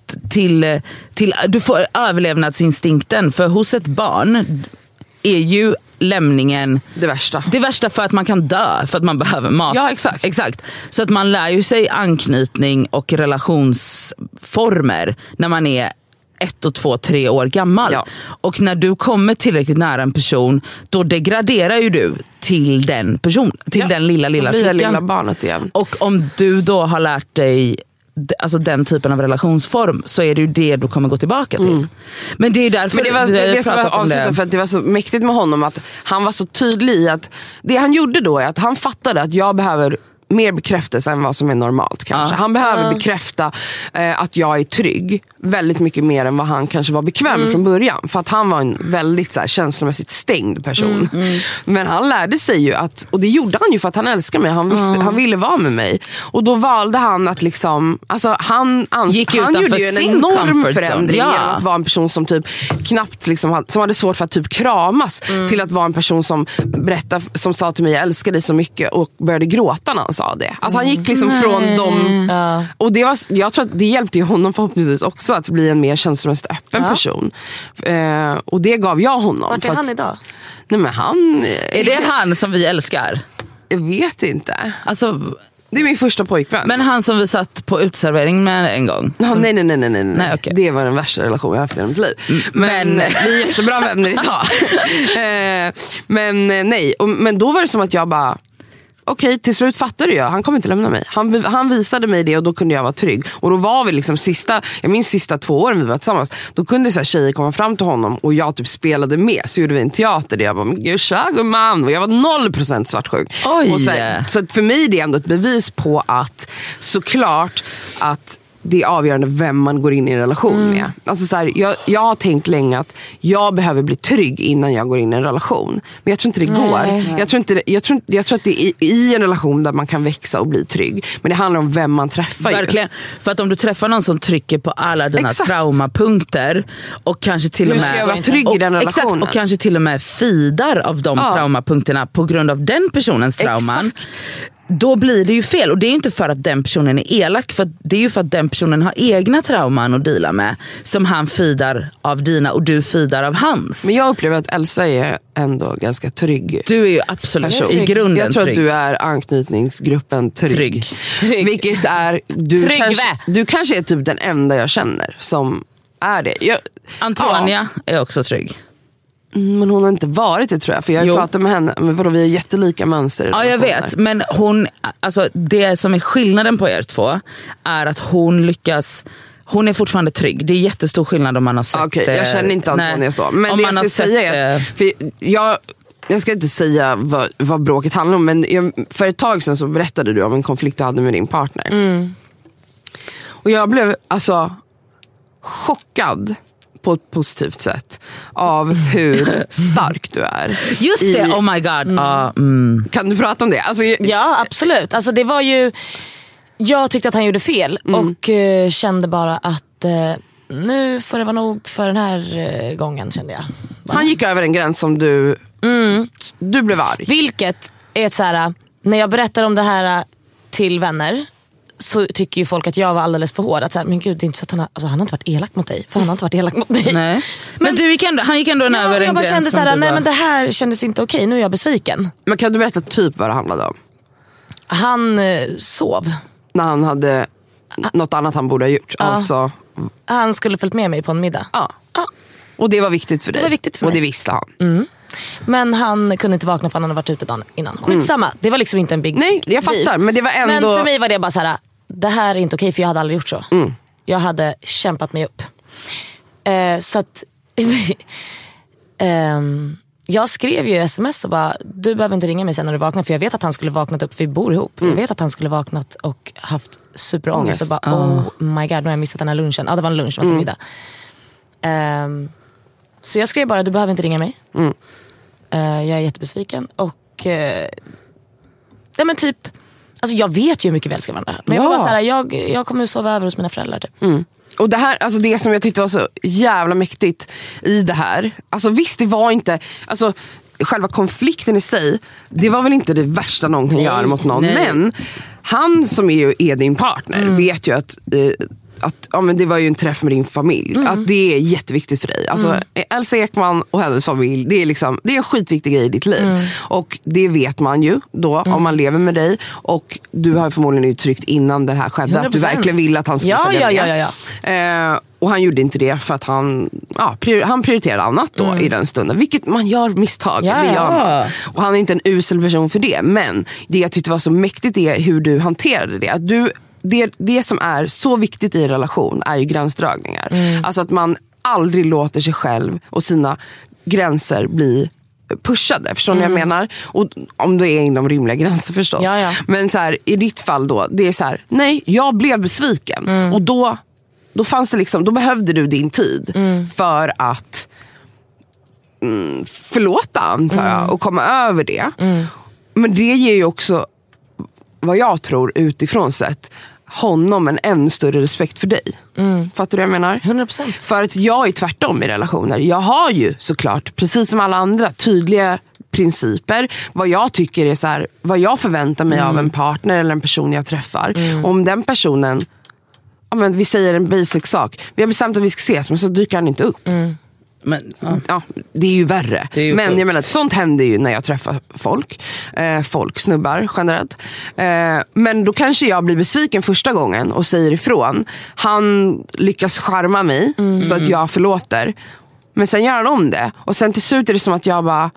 [SPEAKER 3] till du får överlevnadsinstinkten. För hos ett barn är ju lämningen
[SPEAKER 4] det värsta.
[SPEAKER 3] Det värsta, för att man kan dö, för att man behöver mat.
[SPEAKER 4] Ja, exakt.
[SPEAKER 3] Så att man lär ju sig anknytning och relationsformer när man är 1 och 2, 3 år gammal. Ja. Och när du kommer tillräckligt nära en person, då degraderar ju du till den person, till den lilla flickan.
[SPEAKER 4] Lilla barnet igen.
[SPEAKER 3] Och om du då har lärt dig alltså den typen av relationsform, så är det ju det du kommer gå tillbaka till. Men det är därför.
[SPEAKER 4] Men det som var avslutat, för att det var så mäktigt med honom, att han var så tydlig i att det han gjorde då är att han fattade att jag behöver mer bekräftelse än vad som är normalt kanske. Han behöver bekräfta att jag är trygg väldigt mycket mer än vad han kanske var bekväm från början. För att han var en väldigt så här, känslomässigt stängd person. Men han lärde sig ju att, och det gjorde han ju för att han älskar mig. Han ville vara med mig. Och då valde han att liksom, alltså han gjorde ju en enorm förändring genom att vara en person som typ knappt liksom, som hade svårt för att typ kramas, till att vara en person som berättade, som sa till mig jag älskar dig så mycket, och började gråta när han sa det. Alltså han gick liksom från dem. Och det var, jag tror att det hjälpte ju honom förhoppningsvis också att bli en mer känslomässigt öppen person. Och det gav jag honom.
[SPEAKER 2] Vart är han idag?
[SPEAKER 4] Nej, men han...
[SPEAKER 3] Är det han som vi älskar?
[SPEAKER 4] Jag vet inte.
[SPEAKER 3] Alltså...
[SPEAKER 4] Det är min första pojkvän.
[SPEAKER 3] Men han som vi satt på utservering med en gång?
[SPEAKER 4] Nej,
[SPEAKER 3] okay.
[SPEAKER 4] Det var den värsta relation jag haft i mitt liv. Men vi är jättebra vänner idag. Men nej. Men då var det som att jag bara... Okej, till slut fattade jag. Han kommer inte lämna mig. Han visade mig det, och då kunde jag vara trygg. Och då var vi liksom jag minns sista 2 åren vi var tillsammans. Då kunde så här tjejer komma fram till honom, och jag typ spelade med. Så gjorde vi en teater där jag bara, men gud, man. Och jag var 0% svartsjuk. Och så att för mig är det ändå ett bevis på att, såklart, att det är avgörande vem man går in i en relation med. Alltså så här, jag har tänkt länge att jag behöver bli trygg innan jag går in i en relation. Men jag tror inte det går. Jag tror att det är i en relation där man kan växa och bli trygg. Men det handlar om vem man träffar.
[SPEAKER 3] Verkligen. För att om du träffar någon som trycker på alla dina traumapunkter, och kanske till och med...
[SPEAKER 4] Hur ska jag vara trygg i den relationen?
[SPEAKER 3] Exakt, och kanske till och med fidar av de traumapunkterna på grund av den personens trauman. Exakt. Då blir det ju fel. Och det är inte för att den personen är elak, för det är ju för att den personen har egna trauman att dela med, som han fidar av dina och du fidar av hans.
[SPEAKER 4] Men jag upplever att Elsa är ändå ganska trygg.
[SPEAKER 3] Du är ju absolut person. I grunden
[SPEAKER 4] jag tror
[SPEAKER 3] trygg.
[SPEAKER 4] Att du är anknytningsgruppen trygg. Vilket är du kanske är typ den enda jag känner som är det.
[SPEAKER 3] Antonia är också trygg.
[SPEAKER 4] Men hon har inte varit det, tror jag. För jag pratar med henne, men vadå, vi är jättelika mönster.
[SPEAKER 3] Ja, jag vet. Men hon, alltså, det som är skillnaden på er två är att hon lyckas... Hon är fortfarande trygg. Det är jättestor skillnad om man har sett...
[SPEAKER 4] Okej, jag känner inte Antonia så. Men det jag ska säga är att... För jag ska inte säga vad bråket handlar om, men för ett tag sedan så berättade du om en konflikt du hade med din partner. Och jag blev alltså chockad på ett positivt sätt av hur stark du är.
[SPEAKER 3] Just det, oh my god.
[SPEAKER 4] Kan du prata om det? Alltså,
[SPEAKER 2] ja, absolut. Alltså, det var ju... Jag tyckte att han gjorde fel och kände bara att nu får det vara nog för den här gången, kände jag.
[SPEAKER 4] Han gick över en gräns som du blev arg.
[SPEAKER 2] Vilket är ett så här, när jag berättar om det här till vänner så tycker ju folk att jag var alldeles för hård. Att så här, men gud, det är inte så att han har inte varit elak mot dig. För han har inte varit elak mot mig.
[SPEAKER 3] Nej. Men han gick ändå över en
[SPEAKER 2] jag bara
[SPEAKER 3] gräns.
[SPEAKER 2] Kände så här, nej men det här kändes inte okej. Nu är jag besviken.
[SPEAKER 4] Men kan du berätta typ vad det handlade om?
[SPEAKER 2] Han sov.
[SPEAKER 4] När han hade något annat han borde ha gjort. Alltså...
[SPEAKER 2] Han skulle följt med mig på en middag.
[SPEAKER 4] Ja. Och det var viktigt för dig.
[SPEAKER 2] Det var viktigt för mig.
[SPEAKER 4] Och det visste han.
[SPEAKER 2] Men han kunde inte vakna för han hade varit ute dagen innan. Skitsamma, det var liksom inte en big
[SPEAKER 4] Nej, jag fattar, men det var ändå...
[SPEAKER 2] Men för mig var det bara så här: det här är inte okej, för jag hade aldrig gjort så. Jag hade kämpat mig upp. Så att jag skrev ju sms och bara, du behöver inte ringa mig sen när du vaknar, för jag vet att han skulle vaknat upp, för vi bor ihop. Jag vet att han skulle vaknat och haft superångest och bara, oh my god, nu har jag missat den här lunchen. Ja, det var en lunch, det var inte middag. Så jag skrev bara, du behöver inte ringa mig. Jag är jättebesviken. Och men typ, alltså jag vet ju hur mycket vi älskar varandra. Men jag var bara såhär, jag kommer att sova över hos mina föräldrar typ.
[SPEAKER 4] Och det här, alltså det som jag tyckte var så jävla mäktigt i det här, alltså visst, det var inte, alltså själva konflikten i sig, det var väl inte det värsta någon kan göra mot någon. Men han som är din partner vet ju att men det var ju en träff med din familj. Att det är jätteviktigt för dig. Alltså, Elsa Ekman och hennes familj, det är en skitviktig grej i ditt liv. Och det vet man ju då om man lever med dig. Och du har förmodligen uttryckt innan det här skedde 100%. Att du verkligen ville att han skulle följa med. Och han gjorde inte det för att han prioriterade annat då i den stunden. Vilket man gör misstag. Det gör man. Och han är inte en usel person för det. Men det jag tyckte var så mäktigt är hur du hanterade det. Att det som är så viktigt i en relation är ju gränsdragningar. Alltså att man aldrig låter sig själv och sina gränser bli pushade. Förstår ni vad jag menar? Och om det är inom rimliga gränser förstås. Men så här, i ditt fall då, det är så här, nej, jag blev besviken. Och då fanns det liksom, då behövde du din tid för att förlåta, antar jag, och komma över det. Men det ger ju också, vad jag tror utifrån sett, honom en ännu större respekt för dig. Fattar du vad jag menar?
[SPEAKER 2] 100%.
[SPEAKER 4] För att jag är tvärtom i relationer. Jag har ju såklart, precis som alla andra, tydliga principer. Vad jag tycker är så här, vad jag förväntar mig av en partner eller en person jag träffar. Om den personen, men vi säger en basic sak, vi har bestämt att vi ska ses, men så dyker han inte upp.
[SPEAKER 3] Men,
[SPEAKER 4] det är ju värre. Men jag menar, sånt händer ju när jag träffar folk, snubbar generellt. Men då kanske jag blir besviken första gången och säger ifrån. Han lyckas charma mig så att jag förlåter. Men sen gör han om det. Och sen till slut är det som att jag bara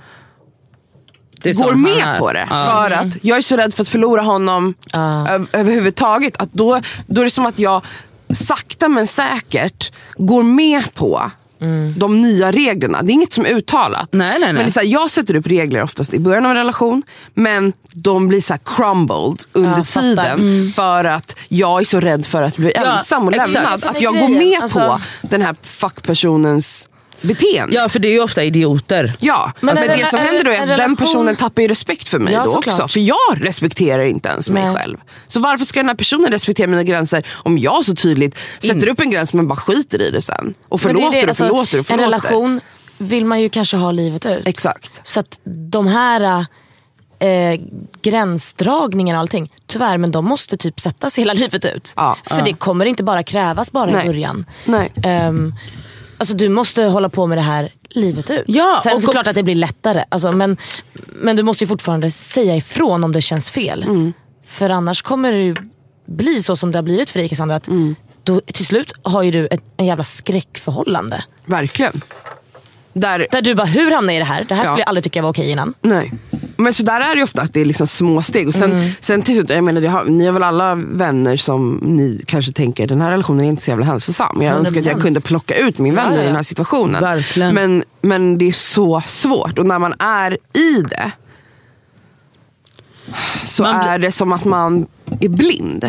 [SPEAKER 4] går med på det. För att jag är så rädd för att förlora honom överhuvudtaget. Att då är det som att jag sakta men säkert går med på de nya reglerna. Det är inget som är uttalat.
[SPEAKER 3] Nej.
[SPEAKER 4] Men det är så här, jag sätter upp regler oftast i början av en relation, men de blir så här crumbled under tiden för att jag är så rädd för att bli ensam och lämnad. Att jag går med på den här fuckpersonens beteende.
[SPEAKER 3] Ja, för det är ju ofta idioter.
[SPEAKER 4] Ja, men det som händer då är att den personen tappar ju respekt för mig då också. För jag respekterar inte ens mig själv. Så varför ska den här personen respektera mina gränser om jag så tydligt sätter upp en gräns men bara skiter i det sen? Och förlåter.
[SPEAKER 2] En relation vill man ju kanske ha livet ut.
[SPEAKER 4] Exakt.
[SPEAKER 2] Så att de här gränsdragningarna och allting, tyvärr, men de måste typ sättas hela livet ut. För det kommer inte bara krävas i början.
[SPEAKER 4] Nej.
[SPEAKER 2] Alltså du måste hålla på med det här livet ut. Sen
[SPEAKER 3] och
[SPEAKER 2] så klart att det blir lättare. Alltså, men du måste ju fortfarande säga ifrån om det känns fel. För annars kommer det ju bli så som det har blivit för dig, Cassandra. Att då, till slut har ju du en jävla skräckförhållande.
[SPEAKER 4] Verkligen. Där
[SPEAKER 2] du bara, hur hamnar i det här? Det här skulle jag aldrig tycka var okej innan.
[SPEAKER 4] Nej. Men så där är det ju ofta att det är liksom små steg. Och sen till slut, jag menar, ni har väl alla vänner som ni kanske tänker, den här relationen är inte så jävla hälsosam. Jag önskar att jag kunde plocka ut min vän ur den här situationen.
[SPEAKER 3] Verkligen.
[SPEAKER 4] Men det är så svårt. Och när man är i det så är det som att man är blind.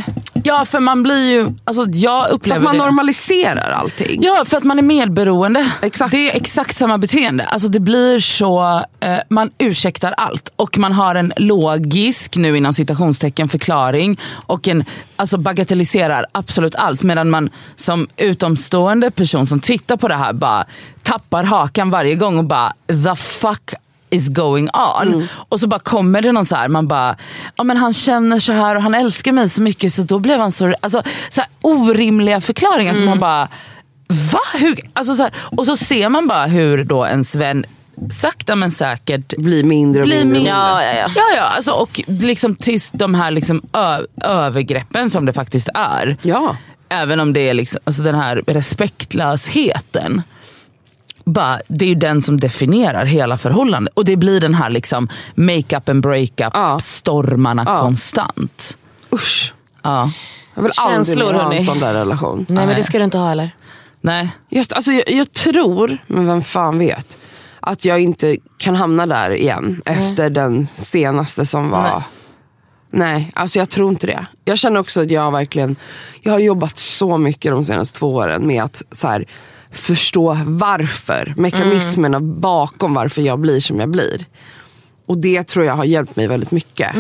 [SPEAKER 3] Ja, för man blir ju... Alltså, jag upplever
[SPEAKER 4] för att man
[SPEAKER 3] det.
[SPEAKER 4] normaliserar allting.
[SPEAKER 3] Ja, för att man är medberoende.
[SPEAKER 4] Exakt.
[SPEAKER 3] Det är exakt samma beteende. Alltså det blir så... man ursäktar allt. Och man har en logisk, nu inom citationstecken, förklaring. Och alltså bagatelliserar absolut allt. Medan man som utomstående person som tittar på det här bara tappar hakan varje gång och bara the fuck is going on. Och så bara kommer det någon så här, man bara, ja men han känner så här och han älskar mig så mycket så då blev han så, alltså så här orimliga förklaringar som man bara, va? Hur? Alltså så här, och så ser man bara hur då en vän sakta men säkert
[SPEAKER 4] blir mindre och mindre.
[SPEAKER 3] Ja, alltså, och liksom tills de här liksom övergreppen som det faktiskt är.
[SPEAKER 4] Ja.
[SPEAKER 3] Även om det är liksom, alltså den här respektlösheten. Bara, det är ju den som definierar hela förhållandet. Och det blir den här liksom make-up and break-up stormarna konstant.
[SPEAKER 4] Usch.
[SPEAKER 3] Ja.
[SPEAKER 4] Jag vill aldrig ha en sån där relation.
[SPEAKER 2] Nej, men det ska du inte ha heller.
[SPEAKER 3] Nej.
[SPEAKER 4] Jag tror, men vem fan vet, att jag inte kan hamna där igen efter den senaste som var... Nej, alltså jag tror inte det. Jag känner också att jag har jobbat så mycket de senaste 2 åren med att så här, förstå varför, mekanismerna bakom varför jag blir som jag blir. Och det tror jag har hjälpt mig väldigt mycket.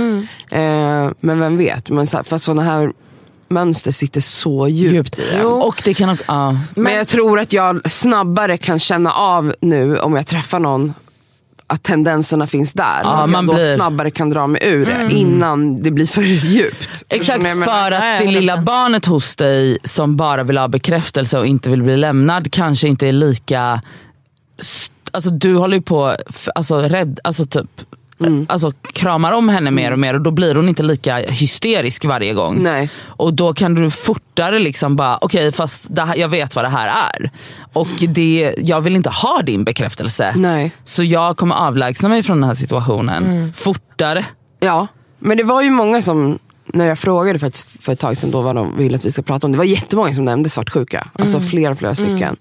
[SPEAKER 4] Men vem vet, men så här, för att sådana här mönster sitter så djupt i en.
[SPEAKER 3] Och det kan
[SPEAKER 4] Men jag tror att jag snabbare kan känna av nu om jag träffar någon att tendenserna finns där. Och jag då snabbare kan dra mig ur det innan det blir för djupt.
[SPEAKER 3] Exakt, för att det lilla barnet hos dig som bara vill ha bekräftelse och inte vill bli lämnad kanske inte är lika... Alltså du håller ju på rädd, alltså typ alltså kramar om henne mer och mer och då blir hon inte lika hysterisk varje gång.
[SPEAKER 4] Nej.
[SPEAKER 3] Och då kan du fortare liksom bara okej, fast jag vet vad det här är. Och jag vill inte ha din bekräftelse.
[SPEAKER 4] Nej.
[SPEAKER 3] Så jag kommer avlägsna mig från den här situationen fortare.
[SPEAKER 4] Ja, men det var ju många som, när jag frågade för ett tag sedan då vad de ville att vi ska prata om, det var jättemånga som nämnde svartsjuka. Alltså flera stycken.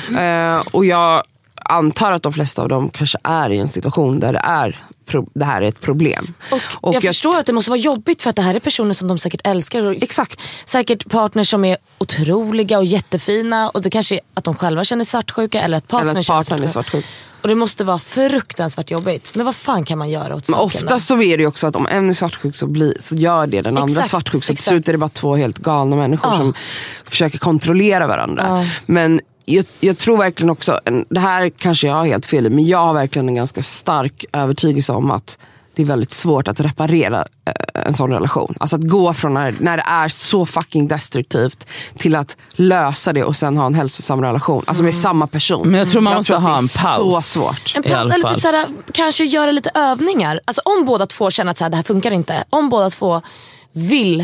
[SPEAKER 4] Och jag antar att de flesta av dem kanske är i en situation där det här är ett problem.
[SPEAKER 2] Och jag förstår att det måste vara jobbigt för att det här är personer som de säkert älskar. Och
[SPEAKER 4] exakt.
[SPEAKER 2] Säkert partners som är otroliga och jättefina och det kanske är att de själva känner svartsjuka eller att partnern är svartsjuk. Och det måste vara fruktansvärt jobbigt. Men vad fan kan man göra åt saken?
[SPEAKER 4] Ofta så är det ju också att om en är svartsjuk så gör det den andra svartsjuk. Så till slut är det bara 2 helt galna människor som försöker kontrollera varandra. Men jag tror verkligen också, det här kanske jag har helt fel i, men jag har verkligen en ganska stark övertygelse om att det är väldigt svårt att reparera en sån relation. Alltså att gå från när det är så fucking destruktivt till att lösa det och sen ha en hälsosam relation. Alltså med samma person.
[SPEAKER 3] Men jag tror man måste ha en paus.
[SPEAKER 4] Så svårt.
[SPEAKER 2] En paus eller typ såhär, kanske göra lite övningar. Alltså om båda två känner att såhär, det här funkar inte. Om båda två vill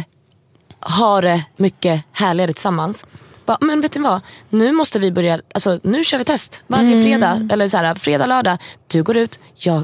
[SPEAKER 2] ha det mycket härligare tillsammans. Men vet ni vad? Nu måste vi börja, alltså nu kör vi test varje fredag eller så här, fredag, lördag. Du går ut,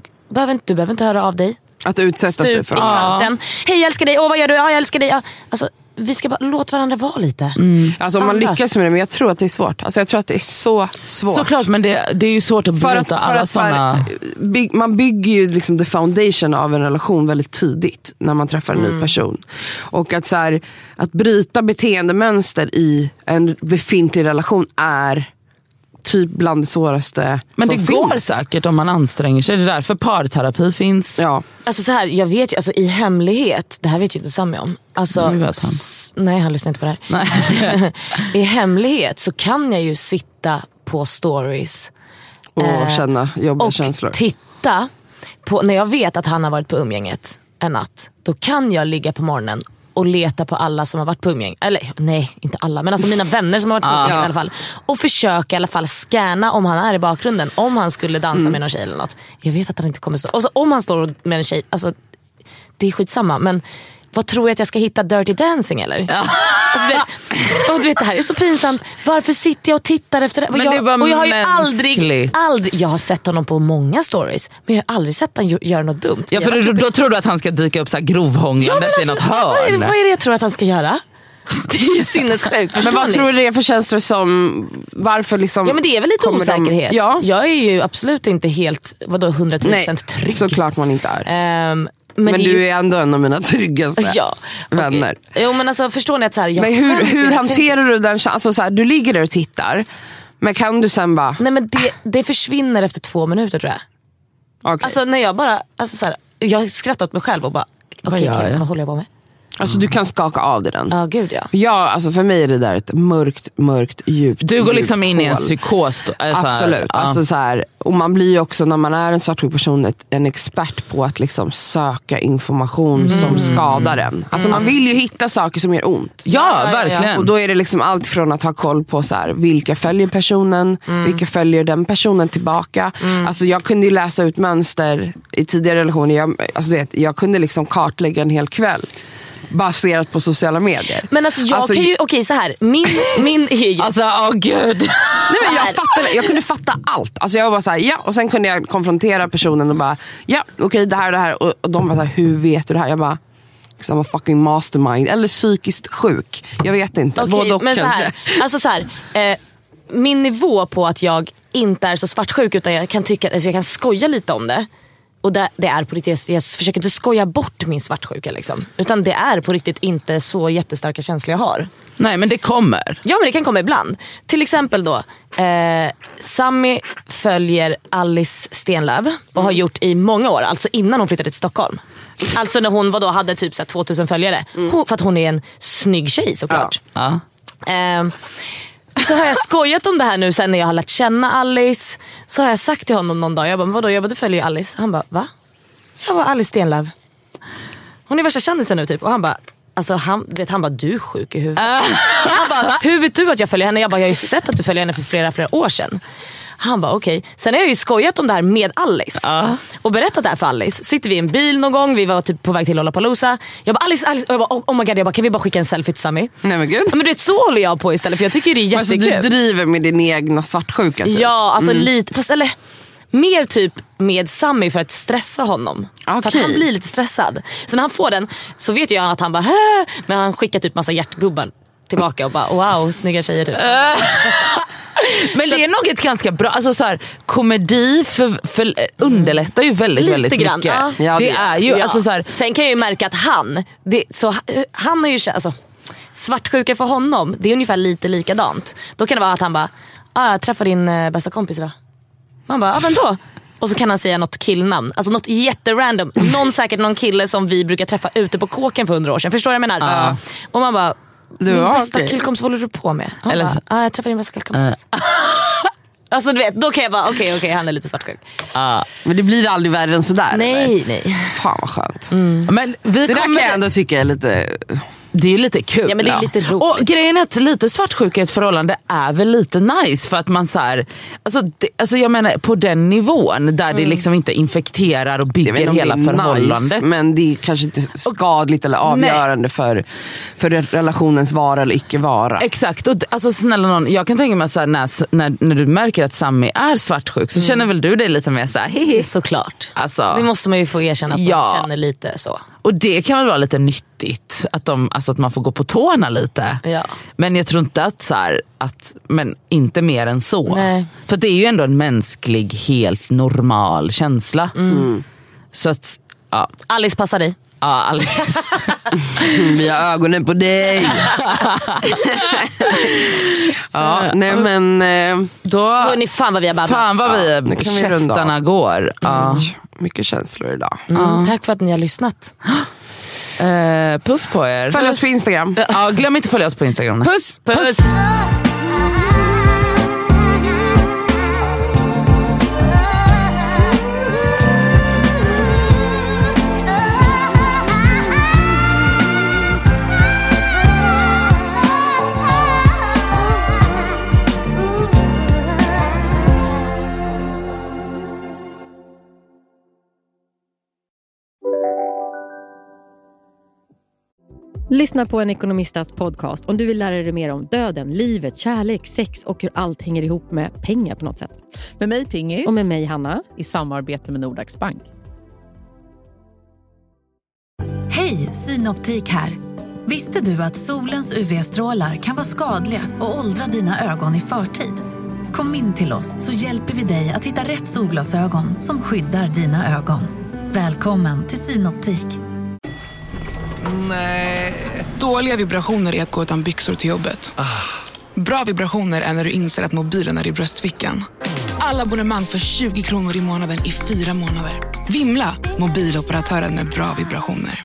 [SPEAKER 2] du behöver inte höra av dig.
[SPEAKER 4] Att utsätta sig för
[SPEAKER 2] den. Hej, jag älskar dig. Vad gör du? Ja, jag älskar dig. Alltså vi ska bara låta varandra vara lite.
[SPEAKER 4] Alltså om man lyckas med det, men jag tror att det är svårt. Alltså jag tror att det är så svårt.
[SPEAKER 3] Såklart, men det är ju svårt att bryta alla sådana...
[SPEAKER 4] Man bygger ju liksom the foundation av en relation väldigt tidigt när man träffar en ny person. Och att, så här, att bryta beteendemönster i en befintlig relation är typ bland det svåraste.
[SPEAKER 3] Men det
[SPEAKER 4] som
[SPEAKER 3] går
[SPEAKER 4] finns.
[SPEAKER 3] säkert om man anstränger sig. Det är därför parterapi finns.
[SPEAKER 4] Ja.
[SPEAKER 2] Alltså så här, jag vet ju, alltså i hemlighet, det här vet ju inte Sammy om. Alltså, nej, han lyssnar inte på det här.
[SPEAKER 3] Nej.
[SPEAKER 2] I hemlighet så kan jag ju sitta på stories
[SPEAKER 4] och känna jobbiga känslor.
[SPEAKER 2] Och titta på, när jag vet att han har varit på umgänget en natt, då kan jag ligga på morgonen och leta på alla som har varit på umgäng. Eller nej, inte alla, men alltså mina vänner som har varit på umgäng i alla fall. Och försöka i alla fall scanna om han är i bakgrunden. Om han skulle dansa med någon tjej eller något. Jag vet att han inte kommer stå. Och så, om han står med en tjej, alltså det är skitsamma. Men vad tror jag att jag ska hitta Dirty Dancing eller? Ja. Alltså, du vet, det här är så pinsamt. Varför sitter jag och tittar efter det?
[SPEAKER 3] Men det är bara
[SPEAKER 2] och jag har ju
[SPEAKER 3] mänskligt.
[SPEAKER 2] aldrig, jag har sett honom på många stories, men jag har aldrig sett han göra något dumt.
[SPEAKER 3] Ja, för då tror du att han ska dyka upp så här grovhånglandes i något hörn.
[SPEAKER 2] Vad är det jag tror att han ska göra? Det är sinnessjukt.
[SPEAKER 4] Men vad tror du det är för känslor som... Varför liksom...
[SPEAKER 2] Ja, men det är väl lite osäkerhet.
[SPEAKER 4] Ja.
[SPEAKER 2] Jag är ju absolut inte helt 110% trygg.
[SPEAKER 4] Såklart man inte är. Men du är ändå en av mina tryggaste vänner.
[SPEAKER 2] Okay. Jo men alltså förstår ni att så här,
[SPEAKER 4] men hur hanterar du den? Alltså så här, du ligger där och tittar. Men kan du sen bara...
[SPEAKER 2] Nej men det försvinner efter 2 minuter tror jag.
[SPEAKER 4] Okay.
[SPEAKER 2] Alltså när jag bara, alltså så här, jag skrattar åt mig själv och bara okej, vad håller jag på med?
[SPEAKER 4] Alltså du kan skaka av det den.
[SPEAKER 2] Ja, gud ja.
[SPEAKER 4] Ja, alltså för mig är det där ett mörkt, djupt.
[SPEAKER 3] Du går liksom in i en psykos.
[SPEAKER 4] Absolut. Alltså så här, och man blir ju också när man är en svartsjuk person en expert på att liksom söka information som skadar en. Alltså man vill ju hitta saker som gör ont.
[SPEAKER 3] Ja, verkligen.
[SPEAKER 4] Och då är det liksom allt från att ha koll på så här, vilka följer personen, vilka följer den personen tillbaka. Alltså jag kunde ju läsa ut mönster i tidigare relationer. Jag kunde liksom kartlägga en hel kväll baserat på sociala medier.
[SPEAKER 2] Men alltså jag kan ju, okej så här, min är ju...
[SPEAKER 3] Alltså, gud.
[SPEAKER 4] Nej, men jag kunde fatta allt. Alltså jag var bara så här, ja, och sen kunde jag konfrontera personen och bara, ja, okej, det här och det här. Och de bara så här, hur vet du det här? Jag bara, som en fucking mastermind. Eller psykiskt sjuk. Jag vet inte, både och
[SPEAKER 2] men
[SPEAKER 4] kanske.
[SPEAKER 2] Så här, alltså så här, min nivå på att jag inte är så svartsjuk utan jag kan tycka, alltså jag kan skoja lite om det. Och det är på riktigt, jag försöker inte skoja bort min svartsjuka liksom. Utan det är på riktigt inte så jättestarka känslor jag har.
[SPEAKER 3] Nej men det kommer.
[SPEAKER 2] Ja men det kan komma ibland. Till exempel då Sammy följer Alice Stenlöf och har gjort i många år. Alltså innan hon flyttade till Stockholm. Alltså när hon hade typ så här 2000 följare. För att hon är en snygg tjej såklart.
[SPEAKER 3] Ja.
[SPEAKER 2] Så har jag skojat om det här nu sen när jag har lärt känna Alice. Så har jag sagt till honom någon dag, jag bara, vadå? Jag bara, du följer ju Alice. Han bara, va? Jag var Alice Stenlöf. Hon är värsta kändisen nu typ. Och han bara, alltså han bara, du är sjuk i huvudet. Han bara, hur vet du att jag följer henne? Jag bara, jag har ju sett att du följer henne för flera år sedan. Han bara, okej. Sen har jag ju skojat om det här med Alice. Och berättat det här för Alice. Sitter vi i en bil någon gång, vi var typ på väg till Lollapalooza. Jag bara, Alice. Och jag bara, oh my god, jag bara, kan vi bara skicka en selfie till Sammy?
[SPEAKER 4] Nej men gud.
[SPEAKER 2] Men du vet, så håller jag på istället. För jag tycker det är jättekul.
[SPEAKER 4] Alltså du driver med din egna svartsjuka typ.
[SPEAKER 2] Ja, alltså lite, fast eller mer typ med Sammy för att stressa honom. För att han blir lite stressad. Så när han får den så vet jag att han bara, men han skickar typ massa hjärtgubbar tillbaka och bara, wow, snygga tjejer typ.
[SPEAKER 3] Men det är nog ett ganska bra, alltså så här, komedi för underlättar ju väldigt
[SPEAKER 2] grann,
[SPEAKER 3] mycket.
[SPEAKER 2] Ja.
[SPEAKER 3] Det är ju alltså så här.
[SPEAKER 2] Sen kan jag ju märka att han har ju alltså, svartsjuka för honom, det är ungefär lite likadant. Då kan det vara att han bara, jag träffar din bästa kompis idag. Man bara, vem då? Och så kan han säga något killnamn. Alltså något jätterandom. Säkert någon kille som vi brukar träffa ute på kåken för 100 år sedan. Förstår jag menar? Och man bara, min bästa killkompis, vad håller du på med? Eller så, jag träffar din bästa killkompis. Alltså du vet, då kan jag bara, okej, han är lite svartsjuk.
[SPEAKER 4] Men det blir aldrig värre än sådär.
[SPEAKER 2] Nej.
[SPEAKER 4] Fan vad skönt.
[SPEAKER 3] Men det där
[SPEAKER 4] kan jag ändå tycka är lite...
[SPEAKER 3] Det är ju lite kul.
[SPEAKER 2] Ja men det är lite roligt.
[SPEAKER 3] Och grejen är att lite svartsjuka i ett förhållande är väl lite nice. För att man så här, alltså jag menar på den nivån där det liksom inte infekterar och bygger hela förhållandet.
[SPEAKER 4] Nice, men det är kanske inte skadligt eller avgörande för relationens vara eller icke vara.
[SPEAKER 3] Exakt, och alltså snälla någon, jag kan tänka mig att så här, när du märker att Sammy är svartsjuk så känner väl du dig lite mer så här, hehe.
[SPEAKER 2] Såklart.
[SPEAKER 3] Alltså,
[SPEAKER 2] det måste man ju få erkänna att man känner lite så.
[SPEAKER 3] Och det kan väl vara lite nyttigt att man får gå på tårna lite.
[SPEAKER 2] Ja.
[SPEAKER 3] Men jag tror inte men inte mer än så.
[SPEAKER 2] Nej.
[SPEAKER 3] För det är ju ändå en mänsklig, helt normal känsla. Så att, ja.
[SPEAKER 2] Alice, passar dig.
[SPEAKER 3] Ja, Alice.
[SPEAKER 4] Vi har ögonen på dig. Ja, nej men
[SPEAKER 2] då ni fan vad vi har babblat.
[SPEAKER 3] Fan vad vi käftarna går.
[SPEAKER 4] Mycket känslor idag.
[SPEAKER 2] Tack för att ni har lyssnat.
[SPEAKER 3] Puss på er.
[SPEAKER 4] Följ oss på Instagram.
[SPEAKER 3] Ja, glöm inte att följa oss på Instagram.
[SPEAKER 4] Puss.
[SPEAKER 6] Lyssna på en ekonomistats podcast om du vill lära dig mer om döden, livet, kärlek, sex och hur allt hänger ihop med pengar på något sätt.
[SPEAKER 7] Med mig Pingis.
[SPEAKER 6] Och med mig Hanna.
[SPEAKER 7] I samarbete med Nordax Bank.
[SPEAKER 8] Hej, Synoptik här. Visste du att solens UV-strålar kan vara skadliga och åldra dina ögon i förtid? Kom in till oss så hjälper vi dig att hitta rätt solglasögon som skyddar dina ögon. Välkommen till Synoptik.
[SPEAKER 9] Nej. Dåliga vibrationer är att gå utan byxor till jobbet. Bra vibrationer är när du inser att mobilen är i bröstfickan. Alla abonnemang för 20 kronor i månaden i 4 månader. Vimla, mobiloperatören med bra vibrationer.